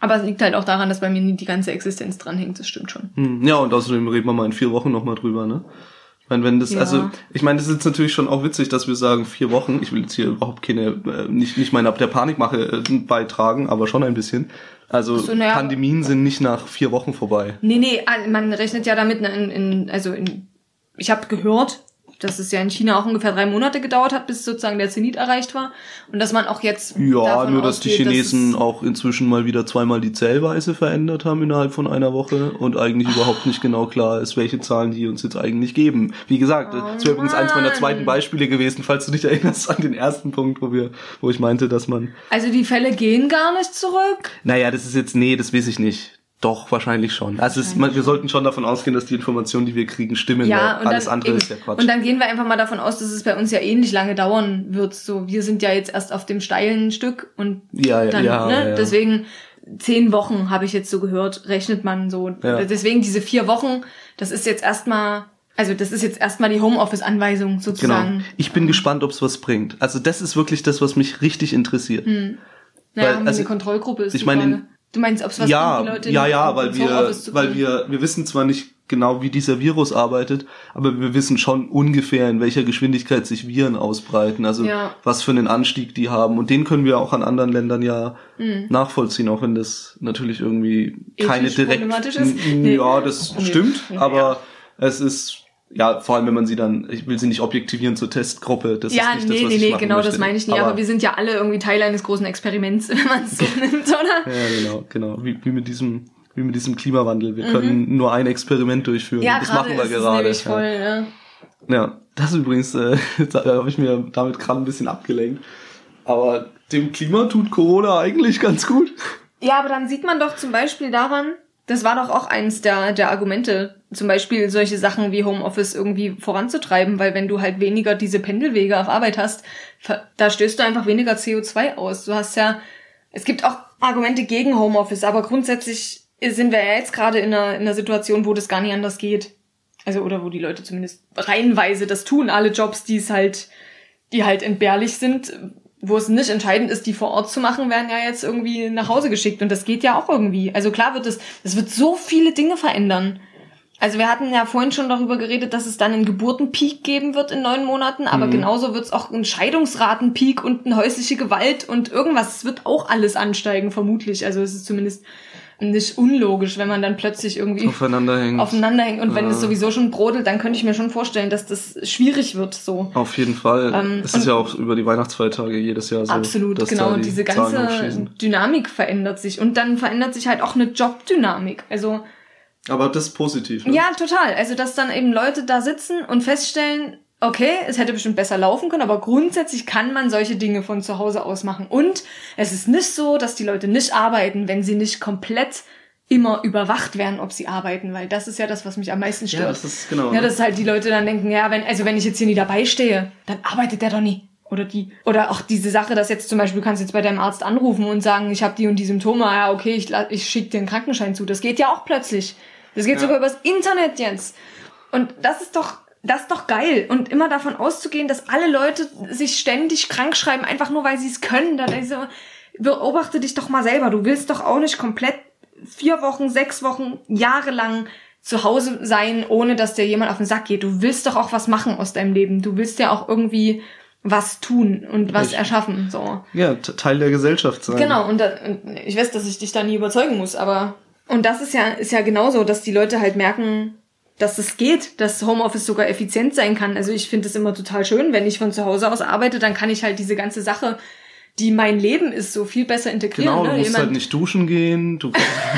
Speaker 2: Aber es liegt halt auch daran, dass bei mir nie die ganze Existenz dranhängt, das stimmt schon.
Speaker 3: Hm, ja, und außerdem reden wir mal in vier Wochen nochmal drüber, ne? Ich meine, wenn das, ja. also, ich meine, das ist jetzt natürlich schon auch witzig, dass wir sagen, vier Wochen, ich will jetzt hier überhaupt keine, äh, nicht, nicht meine Ab der Panikmache äh, beitragen, aber schon ein bisschen. Also, so, ja. Pandemien sind nicht nach vier Wochen vorbei.
Speaker 2: Nee, nee, man rechnet ja damit in, in also in, ich habe gehört, dass es ja in China auch ungefähr drei Monate gedauert hat, bis sozusagen der Zenit erreicht war. Und dass man auch jetzt
Speaker 3: ja, nur dass ausgeht, die Chinesen dass auch inzwischen mal wieder zweimal die Zählweise verändert haben innerhalb von einer Woche und eigentlich oh. überhaupt nicht genau klar ist, welche Zahlen die uns jetzt eigentlich geben. Wie gesagt, oh, das wäre übrigens eins meiner zweiten Beispiele gewesen, falls du dich erinnerst an den ersten Punkt, wo wir, wo ich meinte, dass man...
Speaker 2: Also die Fälle gehen gar nicht zurück?
Speaker 3: Naja, das ist jetzt, nee, das weiß ich nicht. Doch, wahrscheinlich schon. Also es, man, wir sollten schon davon ausgehen, dass die Informationen, die wir kriegen, stimmen.
Speaker 2: Ja, und
Speaker 3: alles
Speaker 2: dann,
Speaker 3: andere
Speaker 2: eben,
Speaker 3: ist ja Quatsch.
Speaker 2: Und dann gehen wir einfach mal davon aus, dass es bei uns ja ähnlich lange dauern wird. So, wir sind ja jetzt erst auf dem steilen Stück und
Speaker 3: ja,
Speaker 2: dann,
Speaker 3: ja,
Speaker 2: ne,
Speaker 3: ja, ja.
Speaker 2: deswegen zehn Wochen, habe ich jetzt so gehört, rechnet man so. Ja. Deswegen diese vier Wochen, das ist jetzt erstmal, also das ist jetzt erstmal die Homeoffice-Anweisung sozusagen.
Speaker 3: Genau. Ich bin gespannt, ob es was bringt. Also das ist wirklich das, was mich richtig interessiert.
Speaker 2: Hm. Naja,
Speaker 3: Weil,
Speaker 2: haben wir
Speaker 3: also,
Speaker 2: eine Kontrollgruppe ist
Speaker 3: ich meine,
Speaker 2: du meinst, ob es was
Speaker 3: ja,
Speaker 2: bringt, die Leute
Speaker 3: ja, ja,
Speaker 2: in
Speaker 3: weil wir, weil wir, wir wissen zwar nicht genau, wie dieser Virus arbeitet, aber wir wissen schon ungefähr, in welcher Geschwindigkeit sich Viren ausbreiten, also ja. was für einen Anstieg die haben. Und den können wir auch an anderen Ländern ja mhm. nachvollziehen, auch wenn das natürlich irgendwie keine direkt...
Speaker 2: problematisch ist?
Speaker 3: Nee. Ja, das nee. stimmt, nee, aber ja. es ist... Ja, vor allem, wenn man sie dann, ich will sie nicht objektivieren zur Testgruppe, das
Speaker 2: ja,
Speaker 3: ist nicht
Speaker 2: nee,
Speaker 3: das, was
Speaker 2: nee,
Speaker 3: ich
Speaker 2: nee,
Speaker 3: machen
Speaker 2: genau,
Speaker 3: möchte.
Speaker 2: das meine ich nicht, aber, aber wir sind ja alle irgendwie Teil eines großen Experiments, wenn man es so nimmt, oder?
Speaker 3: Ja, genau, genau, wie, wie mit diesem, wie mit diesem Klimawandel. Wir mhm. können nur ein Experiment durchführen.
Speaker 2: Ja,
Speaker 3: das machen wir
Speaker 2: ist
Speaker 3: gerade.
Speaker 2: Es voll, ja.
Speaker 3: ja. ja, das übrigens, äh, da habe ich mir damit gerade ein bisschen abgelenkt. Aber dem Klima tut Corona eigentlich ganz gut.
Speaker 2: Ja, aber dann sieht man doch zum Beispiel daran, das war doch auch eins der, der Argumente, zum Beispiel solche Sachen wie Homeoffice irgendwie voranzutreiben, weil wenn du halt weniger diese Pendelwege auf Arbeit hast, da stößt du einfach weniger C O zwei aus. Du hast ja, es gibt auch Argumente gegen Homeoffice, aber grundsätzlich sind wir ja jetzt gerade in einer, in einer Situation, wo das gar nicht anders geht. Also, oder wo die Leute zumindest reihenweise das tun, alle Jobs, die es halt, die halt entbehrlich sind, wo es nicht entscheidend ist, die vor Ort zu machen, werden ja jetzt irgendwie nach Hause geschickt. Und das geht ja auch irgendwie. Also klar wird es, es wird so viele Dinge verändern. Also wir hatten ja vorhin schon darüber geredet, dass es dann einen Geburtenpeak geben wird in neun Monaten, aber mhm. genauso wird es auch einen Scheidungsratenpeak und eine häusliche Gewalt und irgendwas. Es wird auch alles ansteigen, vermutlich. Also es ist zumindest nicht unlogisch, wenn man dann plötzlich irgendwie
Speaker 3: aufeinander hängt.
Speaker 2: Aufeinander hängt. Und ja. wenn es sowieso schon brodelt, dann könnte ich mir schon vorstellen, dass das schwierig wird. So.
Speaker 3: Auf jeden Fall. Ähm, es ist ja auch über die Weihnachtsfeiertage jedes Jahr so.
Speaker 2: Absolut, dass genau. Da die diese ganze Dynamik verändert sich. Und dann verändert sich halt auch eine Jobdynamik. Also
Speaker 3: aber das ist positiv, ne?
Speaker 2: Ja, total. Also, dass dann eben Leute da sitzen und feststellen, okay, es hätte bestimmt besser laufen können, aber grundsätzlich kann man solche Dinge von zu Hause aus machen. Und es ist nicht so, dass die Leute nicht arbeiten, wenn sie nicht komplett immer überwacht werden, ob sie arbeiten, weil das ist ja das, was mich am meisten stört.
Speaker 3: Ja, das ist genau.
Speaker 2: Ja, dass halt die Leute dann denken, ja, wenn, also wenn ich jetzt hier nie dabei stehe, dann arbeitet der doch nie. Oder die, oder auch diese Sache, dass jetzt zum Beispiel, du kannst jetzt bei deinem Arzt anrufen und sagen, ich habe die und die Symptome, ja, okay, ich, ich schicke dir einen Krankenschein zu. Das geht ja auch plötzlich. Das geht ja. sogar übers Internet jetzt. Und das ist doch, das ist doch geil. Und immer davon auszugehen, dass alle Leute sich ständig krank schreiben, einfach nur, weil sie es können. Da so, beobachte dich doch mal selber. Du willst doch auch nicht komplett vier Wochen, sechs Wochen, jahrelang zu Hause sein, ohne dass dir jemand auf den Sack geht. Du willst doch auch was machen aus deinem Leben. Du willst ja auch irgendwie was tun und was ich, erschaffen. So.
Speaker 3: Ja, t- Teil der Gesellschaft sein.
Speaker 2: Genau. Und, da, und ich weiß, dass ich dich da nie überzeugen muss, aber und das ist ja, ist ja genauso, dass die Leute halt merken, dass es geht, dass Homeoffice sogar effizient sein kann. Also ich finde es immer total schön, wenn ich von zu Hause aus arbeite, dann kann ich halt diese ganze Sache, die mein Leben ist, so viel besser integrieren.
Speaker 3: Genau, du
Speaker 2: ne?
Speaker 3: musst
Speaker 2: Jemand
Speaker 3: halt nicht duschen gehen. Du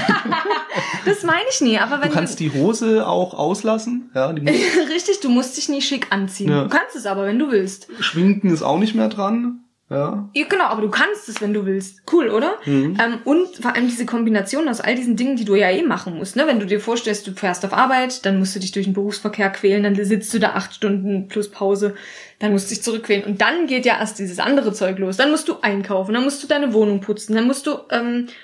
Speaker 2: das meine ich nie, aber wenn
Speaker 3: du kannst die Hose auch auslassen. Ja, die musst
Speaker 2: richtig, du musst dich nie schick anziehen.
Speaker 3: Ja.
Speaker 2: Du kannst es aber, wenn du willst.
Speaker 3: Schminken ist auch nicht mehr dran. Ja.
Speaker 2: Ja, genau, aber du kannst es, wenn du willst. Cool, oder?
Speaker 3: Mhm.
Speaker 2: Ähm, und vor allem diese Kombination aus all diesen Dingen, die du ja eh machen musst. Ne? Wenn du dir vorstellst, du fährst auf Arbeit, dann musst du dich durch den Berufsverkehr quälen, dann sitzt du da acht Stunden plus Pause, dann musst du dich zurückquälen. Und dann geht ja erst dieses andere Zeug los. Dann musst du einkaufen, dann musst du deine Wohnung putzen, dann musst du ähm,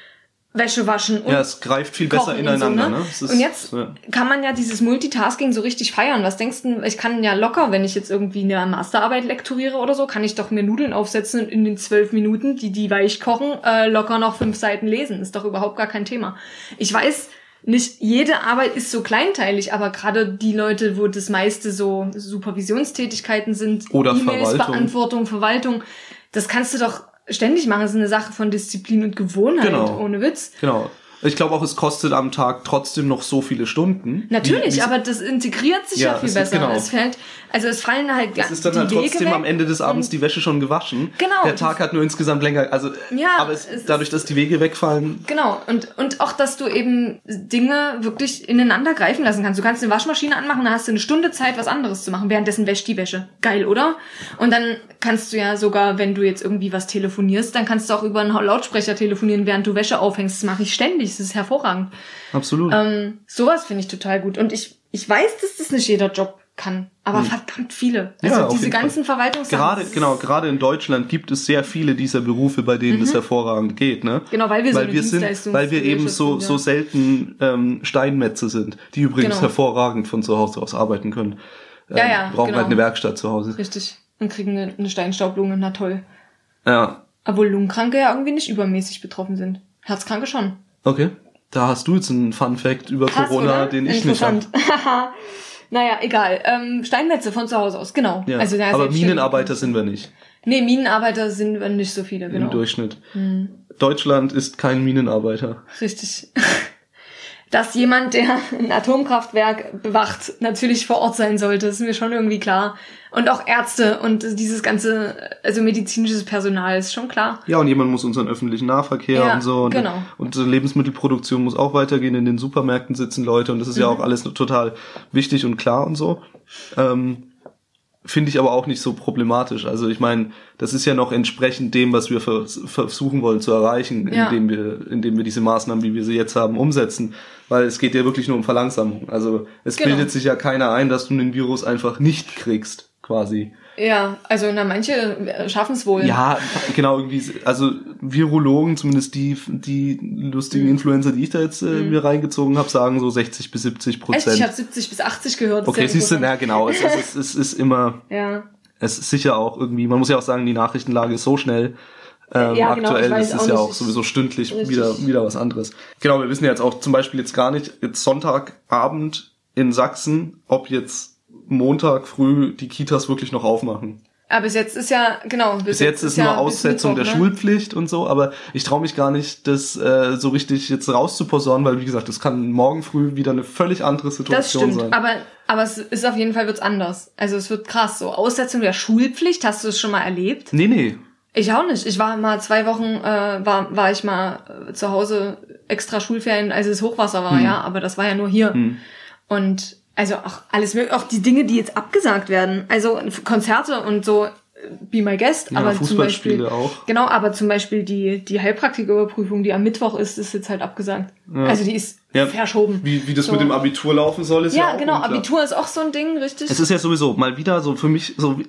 Speaker 2: Wäsche waschen und
Speaker 3: ja, es greift viel besser ineinander.
Speaker 2: So, ne?
Speaker 3: Ne? Es ist,
Speaker 2: und jetzt
Speaker 3: ja.
Speaker 2: kann man ja dieses Multitasking so richtig feiern. Was denkst du, ich kann ja locker, wenn ich jetzt irgendwie eine Masterarbeit lektoriere oder so, kann ich doch mir Nudeln aufsetzen und in den zwölf Minuten, die die weich kochen, äh, locker noch fünf Seiten lesen. Ist doch überhaupt gar kein Thema. Ich weiß, nicht jede Arbeit ist so kleinteilig, aber gerade die Leute, wo das meiste so Supervisionstätigkeiten sind,
Speaker 3: oder
Speaker 2: E-Mails,
Speaker 3: Verwaltung.
Speaker 2: Beantwortung, Verwaltung, das kannst du doch ständig machen. Das ist eine Sache von Disziplin und Gewohnheit,
Speaker 3: genau.
Speaker 2: ohne Witz.
Speaker 3: Genau. Ich glaube auch, es kostet am Tag trotzdem noch so viele Stunden.
Speaker 2: Natürlich,
Speaker 3: wie, wie
Speaker 2: aber das integriert sich ja, ja viel besser.
Speaker 3: Genau.
Speaker 2: Es fällt, also es fallen halt
Speaker 3: es ist dann
Speaker 2: die
Speaker 3: halt trotzdem
Speaker 2: Wege
Speaker 3: am Ende des Abends die Wäsche schon gewaschen.
Speaker 2: Genau.
Speaker 3: Der Tag hat nur insgesamt länger, also
Speaker 2: ja,
Speaker 3: aber es,
Speaker 2: es
Speaker 3: dadurch, dass die Wege wegfallen.
Speaker 2: Genau, und und auch, dass du eben Dinge wirklich ineinander greifen lassen kannst. Du kannst eine Waschmaschine anmachen, dann hast du eine Stunde Zeit, was anderes zu machen. Währenddessen wäscht die Wäsche. Geil, oder? Und dann kannst du ja sogar, wenn du jetzt irgendwie was telefonierst, dann kannst du auch über einen Lautsprecher telefonieren, während du Wäsche aufhängst. Das mache ich ständig, das ist hervorragend.
Speaker 3: Absolut.
Speaker 2: Ähm, sowas finde ich total gut. Und ich ich weiß, dass das nicht jeder Job kann, aber hm. verdammt viele. Also
Speaker 3: ja,
Speaker 2: diese ganzen
Speaker 3: Fall.
Speaker 2: Verwaltungssachen.
Speaker 3: Gerade, genau, gerade in Deutschland gibt es sehr viele dieser Berufe, bei denen mhm. es hervorragend geht, ne?
Speaker 2: Genau, weil wir so
Speaker 3: weil
Speaker 2: eine
Speaker 3: wir sind, weil wir eben so,
Speaker 2: sind, ja.
Speaker 3: so selten ähm, Steinmetze sind, die übrigens
Speaker 2: genau.
Speaker 3: hervorragend von zu Hause aus arbeiten können. Ähm,
Speaker 2: ja, ja,
Speaker 3: brauchen
Speaker 2: genau.
Speaker 3: halt eine Werkstatt zu Hause.
Speaker 2: Richtig. Und kriegen eine, eine Steinstaublunge, na toll.
Speaker 3: Ja.
Speaker 2: Obwohl Lungenkranke ja irgendwie nicht übermäßig betroffen sind. Herzkranke schon.
Speaker 3: Okay. Da hast du jetzt einen Fun-Fact über Krass, Corona, oder? Den ich nicht habe.
Speaker 2: Naja, egal. Ähm, Steinmetze von zu Hause aus, genau.
Speaker 3: Ja.
Speaker 2: Also,
Speaker 3: aber Minenarbeiter sind wir nicht.
Speaker 2: Nee, Minenarbeiter sind wir nicht so viele, genau.
Speaker 3: Im Durchschnitt.
Speaker 2: Hm.
Speaker 3: Deutschland ist kein Minenarbeiter.
Speaker 2: Richtig. Dass jemand, der ein Atomkraftwerk bewacht, natürlich vor Ort sein sollte, ist mir schon irgendwie klar. Und auch Ärzte und dieses ganze, also medizinisches Personal ist schon klar.
Speaker 3: Ja, und jemand muss unseren öffentlichen Nahverkehr
Speaker 2: ja,
Speaker 3: und so. Und,
Speaker 2: genau.
Speaker 3: und Lebensmittelproduktion muss auch weitergehen. In den Supermärkten sitzen Leute und das ist mhm. ja auch alles total wichtig und klar und so. Ähm, Finde ich aber auch nicht so problematisch. Also ich meine, das ist ja noch entsprechend dem, was wir vers- versuchen wollen zu erreichen,
Speaker 2: ja.
Speaker 3: indem wir, indem wir diese Maßnahmen, wie wir sie jetzt haben, umsetzen. Weil es geht ja wirklich nur um Verlangsamung. Also es
Speaker 2: genau.
Speaker 3: bildet sich ja keiner ein, dass du den Virus einfach nicht kriegst, quasi.
Speaker 2: Ja, also na manche schaffen es wohl.
Speaker 3: Ja, genau, irgendwie, also Virologen, zumindest die die lustigen mhm. Influencer, die ich da jetzt äh, mhm. mir reingezogen habe, sagen so sechzig bis siebzig Prozent.
Speaker 2: Echt? Ich habe siebzig bis achtzig gehört.
Speaker 3: Okay, siehst du, na genau, es, es, es, es ist immer,
Speaker 2: ja.
Speaker 3: es ist sicher auch irgendwie, man muss ja auch sagen, die Nachrichtenlage ist so schnell, ähm,
Speaker 2: ja, genau,
Speaker 3: aktuell ist es ja auch
Speaker 2: nicht,
Speaker 3: sowieso stündlich
Speaker 2: richtig.
Speaker 3: wieder wieder was anderes. Genau, wir wissen jetzt auch zum Beispiel jetzt gar nicht, jetzt Sonntagabend in Sachsen, ob jetzt Montag früh die Kitas wirklich noch aufmachen.
Speaker 2: Aber bis jetzt ist ja, genau.
Speaker 3: Bis, bis jetzt, jetzt ist nur ja Aussetzung Mittwoch, der ne? Schulpflicht und so, aber ich traue mich gar nicht, das äh, so richtig jetzt rauszuposaunen, weil wie gesagt, das kann morgen früh wieder eine völlig andere Situation
Speaker 2: das stimmt,
Speaker 3: sein.
Speaker 2: Aber aber es ist auf jeden Fall wird's anders. Also es wird krass. So Aussetzung der Schulpflicht, hast du es schon mal erlebt?
Speaker 3: Nee, nee.
Speaker 2: Ich auch nicht. Ich war mal zwei Wochen, äh, war war ich mal äh, zu Hause extra Schulferien, als es Hochwasser war, hm. ja, aber das war ja nur hier. Hm. Und also auch alles mögliche, auch die Dinge, die jetzt abgesagt werden. Also Konzerte und so, be my guest.
Speaker 3: Ja,
Speaker 2: aber
Speaker 3: Fußballspiele
Speaker 2: zum Beispiel,
Speaker 3: auch.
Speaker 2: Genau, aber zum Beispiel die die Heilpraktikerüberprüfung, die am Mittwoch ist, ist jetzt halt abgesagt. Ja. Also die ist ja. verschoben.
Speaker 3: Wie wie das so. Mit dem Abitur laufen soll, ist ja, ja auch
Speaker 2: genau,
Speaker 3: unklar.
Speaker 2: Abitur ist auch so ein Ding, richtig?
Speaker 3: Es ist ja sowieso mal wieder so für mich so...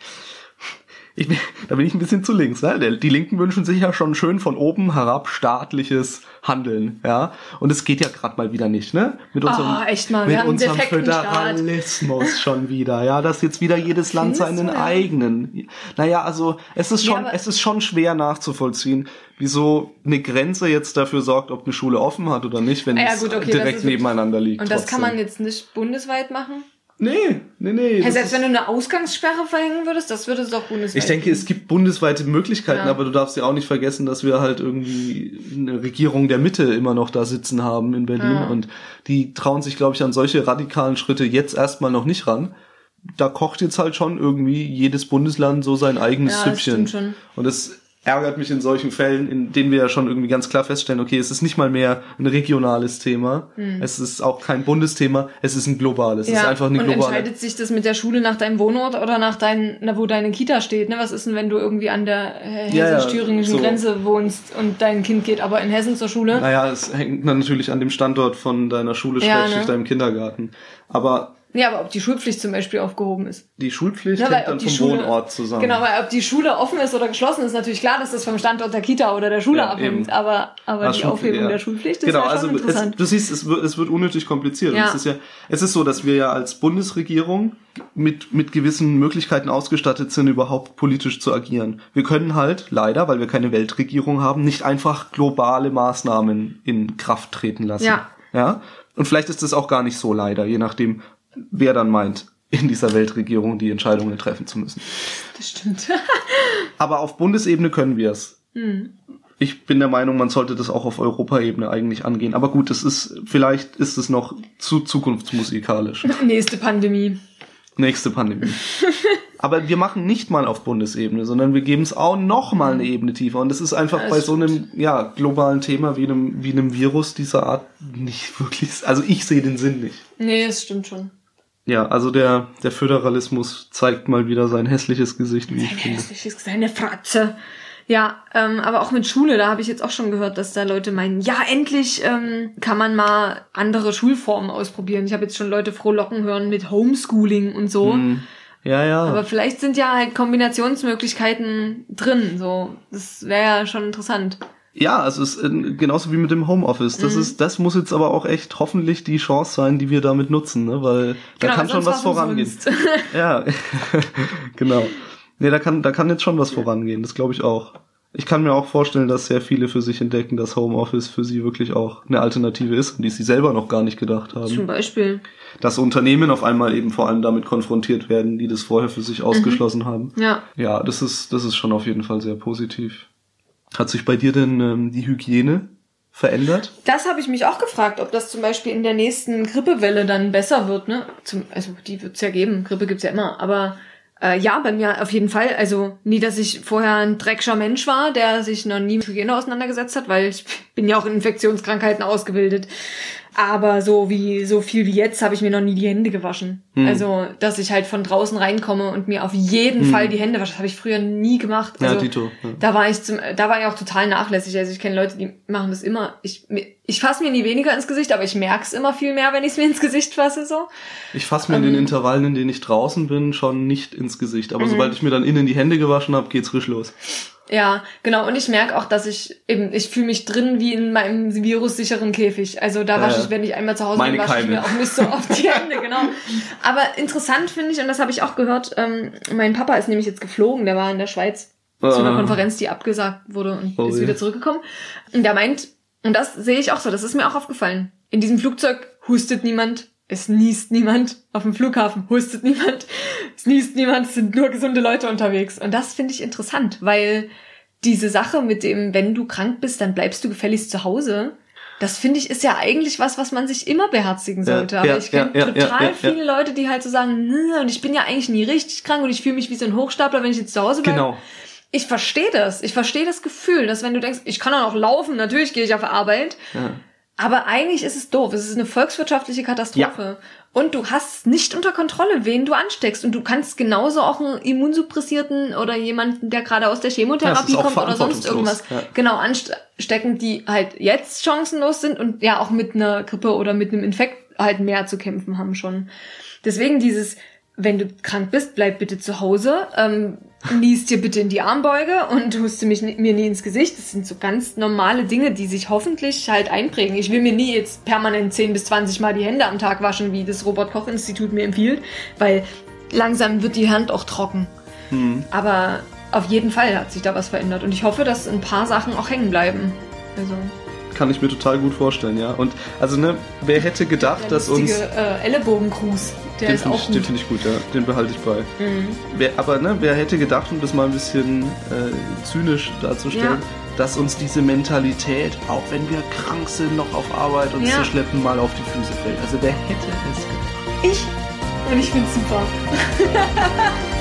Speaker 3: Ich bin, da bin ich ein bisschen zu links. Ne? Die Linken wünschen sich ja schon schön von oben herab staatliches Handeln, ja. Und es geht ja gerade mal wieder nicht, ne? Mit unserem,
Speaker 2: oh, echt mal.
Speaker 3: mit unserem Föderalismus Staat. Schon wieder, ja, dass jetzt wieder jedes Land Findest seinen eigenen. Naja, also es ist schon, ja, es ist schon schwer nachzuvollziehen, wieso eine Grenze jetzt dafür sorgt, ob eine Schule offen hat oder nicht, wenn ja, es gut, okay, direkt nebeneinander liegt.
Speaker 2: Und das trotzdem. Kann man jetzt nicht bundesweit machen?
Speaker 3: Nee, nee, nee.
Speaker 2: Hey, selbst wenn du eine Ausgangssperre verhängen würdest, das würde es doch bundesweit.
Speaker 3: Ich denke,
Speaker 2: geben.
Speaker 3: Es gibt bundesweite Möglichkeiten, ja. aber du darfst ja auch nicht vergessen, dass wir halt irgendwie eine Regierung der Mitte immer noch da sitzen haben in Berlin ja. und die trauen sich, glaube ich, an solche radikalen Schritte jetzt erstmal noch nicht ran. Da kocht jetzt halt schon irgendwie jedes Bundesland so sein eigenes
Speaker 2: ja,
Speaker 3: Süppchen.
Speaker 2: Das stimmt schon.
Speaker 3: Und das ärgert mich in solchen Fällen, in denen wir ja schon irgendwie ganz klar feststellen, okay, es ist nicht mal mehr ein regionales Thema, hm. es ist auch kein Bundesthema, es ist ein globales,
Speaker 2: ja.
Speaker 3: es ist einfach eine
Speaker 2: und
Speaker 3: globale.
Speaker 2: Und entscheidet sich das mit der Schule nach deinem Wohnort oder nach deinem, na, wo deine Kita steht, ne? Was ist denn, wenn du irgendwie an der hessisch-thüringischen ja, ja, so. Grenze wohnst und dein Kind geht aber in Hessen zur Schule?
Speaker 3: Naja, es hängt dann natürlich an dem Standort von deiner Schule,
Speaker 2: ja,
Speaker 3: Schrägstrich,
Speaker 2: ne?
Speaker 3: deinem Kindergarten. Aber
Speaker 2: Nee, aber ob die Schulpflicht zum Beispiel aufgehoben ist.
Speaker 3: Die Schulpflicht
Speaker 2: ja,
Speaker 3: hängt dann vom
Speaker 2: Schule,
Speaker 3: Wohnort zusammen.
Speaker 2: Genau, weil ob die Schule offen ist oder geschlossen ist, natürlich klar, dass das vom Standort der Kita oder der Schule ja, abhängt. Eben. Aber, aber die Aufhebung ja. der Schulpflicht ist genau, ja schon also interessant.
Speaker 3: Es, du siehst, es wird, es wird unnötig kompliziert. Ja. Und es ist ja, es ist so, dass wir ja als Bundesregierung mit, mit gewissen Möglichkeiten ausgestattet sind, überhaupt politisch zu agieren. Wir können halt leider, weil wir keine Weltregierung haben, nicht einfach globale Maßnahmen in Kraft treten lassen. Ja. Ja? Und vielleicht ist das auch gar nicht so leider, je nachdem, wer dann meint, in dieser Weltregierung die Entscheidungen treffen zu müssen.
Speaker 2: Das stimmt.
Speaker 3: Aber auf Bundesebene können wir es. Hm. Ich bin der Meinung, man sollte das auch auf Europaebene eigentlich angehen. Aber gut, das ist, vielleicht ist es noch zu zukunftsmusikalisch.
Speaker 2: Nächste Pandemie.
Speaker 3: Nächste Pandemie. Aber wir machen nicht mal auf Bundesebene, sondern wir geben es auch noch mal eine Ebene tiefer. Und das ist einfach das bei so einem ja, globalen Thema wie einem, wie einem Virus dieser Art nicht wirklich, also ich sehe den Sinn nicht.
Speaker 2: Nee, das stimmt schon.
Speaker 3: Ja, also der, der Föderalismus zeigt mal wieder sein hässliches Gesicht, wie
Speaker 2: sein
Speaker 3: ich finde.
Speaker 2: Hässliches, seine Fratze. Ja, ähm, aber auch mit Schule, da habe ich jetzt auch schon gehört, dass da Leute meinen, ja, endlich ähm, kann man mal andere Schulformen ausprobieren. Ich habe jetzt schon Leute frohlocken hören mit Homeschooling und so. Hm.
Speaker 3: Ja, ja.
Speaker 2: Aber vielleicht sind ja halt Kombinationsmöglichkeiten drin, so. Das wäre ja schon interessant.
Speaker 3: Ja, also es ist genauso wie mit dem Homeoffice. Das mhm. ist, das muss jetzt aber auch echt hoffentlich die Chance sein, die wir damit nutzen, ne? Weil da genau, kann schon was vorangehen. Ja, genau. Nee, da kann, da kann jetzt schon was ja. vorangehen. Das glaube ich auch. Ich kann mir auch vorstellen, dass sehr viele für sich entdecken, dass Homeoffice für sie wirklich auch eine Alternative ist und die sie selber noch gar nicht gedacht haben.
Speaker 2: Zum Beispiel.
Speaker 3: Dass Unternehmen auf einmal eben vor allem damit konfrontiert werden, die das vorher für sich ausgeschlossen mhm. haben.
Speaker 2: Ja.
Speaker 3: Ja, das ist, das ist schon auf jeden Fall sehr positiv. Hat sich bei dir denn ähm, die Hygiene verändert?
Speaker 2: Das habe ich mich auch gefragt, ob das zum Beispiel in der nächsten Grippewelle dann besser wird, ne? Zum, also die wird's ja geben, Grippe gibt's ja immer, aber Äh, ja, bei mir auf jeden Fall. Also nie, dass ich vorher ein dreckiger Mensch war, der sich noch nie mit Hygiene auseinandergesetzt hat, weil ich bin ja auch in Infektionskrankheiten ausgebildet. Aber so wie so viel wie jetzt habe ich mir noch nie die Hände gewaschen. Hm. Also, dass ich halt von draußen reinkomme und mir auf jeden hm. Fall die Hände wasche. Das habe ich früher nie gemacht. Also,
Speaker 3: ja, Tito. Ja.
Speaker 2: Da war ich zum, da war ich auch total nachlässig. Also ich kenne Leute, die machen das immer. Ich, ich fasse mir nie weniger ins Gesicht, aber ich merke es immer viel mehr, wenn ich es mir ins Gesicht fasse. So.
Speaker 3: Ich fasse mir ähm, in den Intervallen, in denen ich draußen bin, schon nicht ins Gesicht. Aber mhm. sobald ich mir dann innen die Hände gewaschen habe, geht's frisch los.
Speaker 2: Ja, genau. Und ich merke auch, dass ich eben, ich fühle mich drin wie in meinem virussicheren Käfig. Also da wasche äh, ich, wenn ich einmal zu Hause bin, wasche ich mir auch nicht so oft die Hände, genau. Aber interessant finde ich, und das habe ich auch gehört, ähm, mein Papa ist nämlich jetzt geflogen, der war in der Schweiz uh. zu einer Konferenz, die abgesagt wurde und oh, ist wieder yeah. zurückgekommen. Und der meint, und das sehe ich auch so, das ist mir auch aufgefallen, in diesem Flugzeug hustet niemand, es niest niemand, auf dem Flughafen hustet niemand, es niest niemand, es sind nur gesunde Leute unterwegs. Und das finde ich interessant, weil diese Sache mit dem, wenn du krank bist, dann bleibst du gefälligst zu Hause, das finde ich ist ja eigentlich was, was man sich immer beherzigen sollte. Ja, Aber ja, ich kenne ja, total ja, ja, viele ja. Leute, die halt so sagen, und ich bin ja eigentlich nie richtig krank und ich fühle mich wie so ein Hochstapler, wenn ich jetzt zu Hause bleibe.
Speaker 3: Genau.
Speaker 2: Ich verstehe das. Ich verstehe das Gefühl, dass wenn du denkst, ich kann auch noch laufen, natürlich gehe ich auf Arbeit, ja. aber eigentlich ist es doof. Es ist eine volkswirtschaftliche Katastrophe. Ja. Und du hast nicht unter Kontrolle, wen du ansteckst. Und du kannst genauso auch einen Immunsuppressierten oder jemanden, der gerade aus der Chemotherapie ja, kommt oder sonst irgendwas, ja. genau, anstecken, die halt jetzt chancenlos sind und ja auch mit einer Grippe oder mit einem Infekt halt mehr zu kämpfen haben schon. Deswegen dieses, wenn du krank bist, bleib bitte zu Hause, ähm, niest dir bitte in die Armbeuge und huste mich mir nie ins Gesicht. Das sind so ganz normale Dinge, die sich hoffentlich halt einprägen. Ich will mir nie jetzt permanent zehn bis zwanzig Mal die Hände am Tag waschen, wie das Robert-Koch-Institut mir empfiehlt, weil langsam wird die Hand auch trocken. Mhm. Aber auf jeden Fall hat sich da was verändert und ich hoffe, dass ein paar Sachen auch hängen bleiben. Also
Speaker 3: kann ich mir total gut vorstellen, ja. Und also ne, wer hätte gedacht, der dass uns
Speaker 2: äh, Ellenbogengruß, der ist auch
Speaker 3: ich, gut. Den finde ich gut, ja. Den behalte ich bei. Mhm. Wer, aber ne, wer hätte gedacht, um das mal ein bisschen äh, zynisch darzustellen, ja. dass uns diese Mentalität, auch wenn wir krank sind, noch auf Arbeit uns ja. zu schleppen, mal auf die Füße fällt. Also wer hätte es gedacht?
Speaker 2: Ich. Und ich find's super.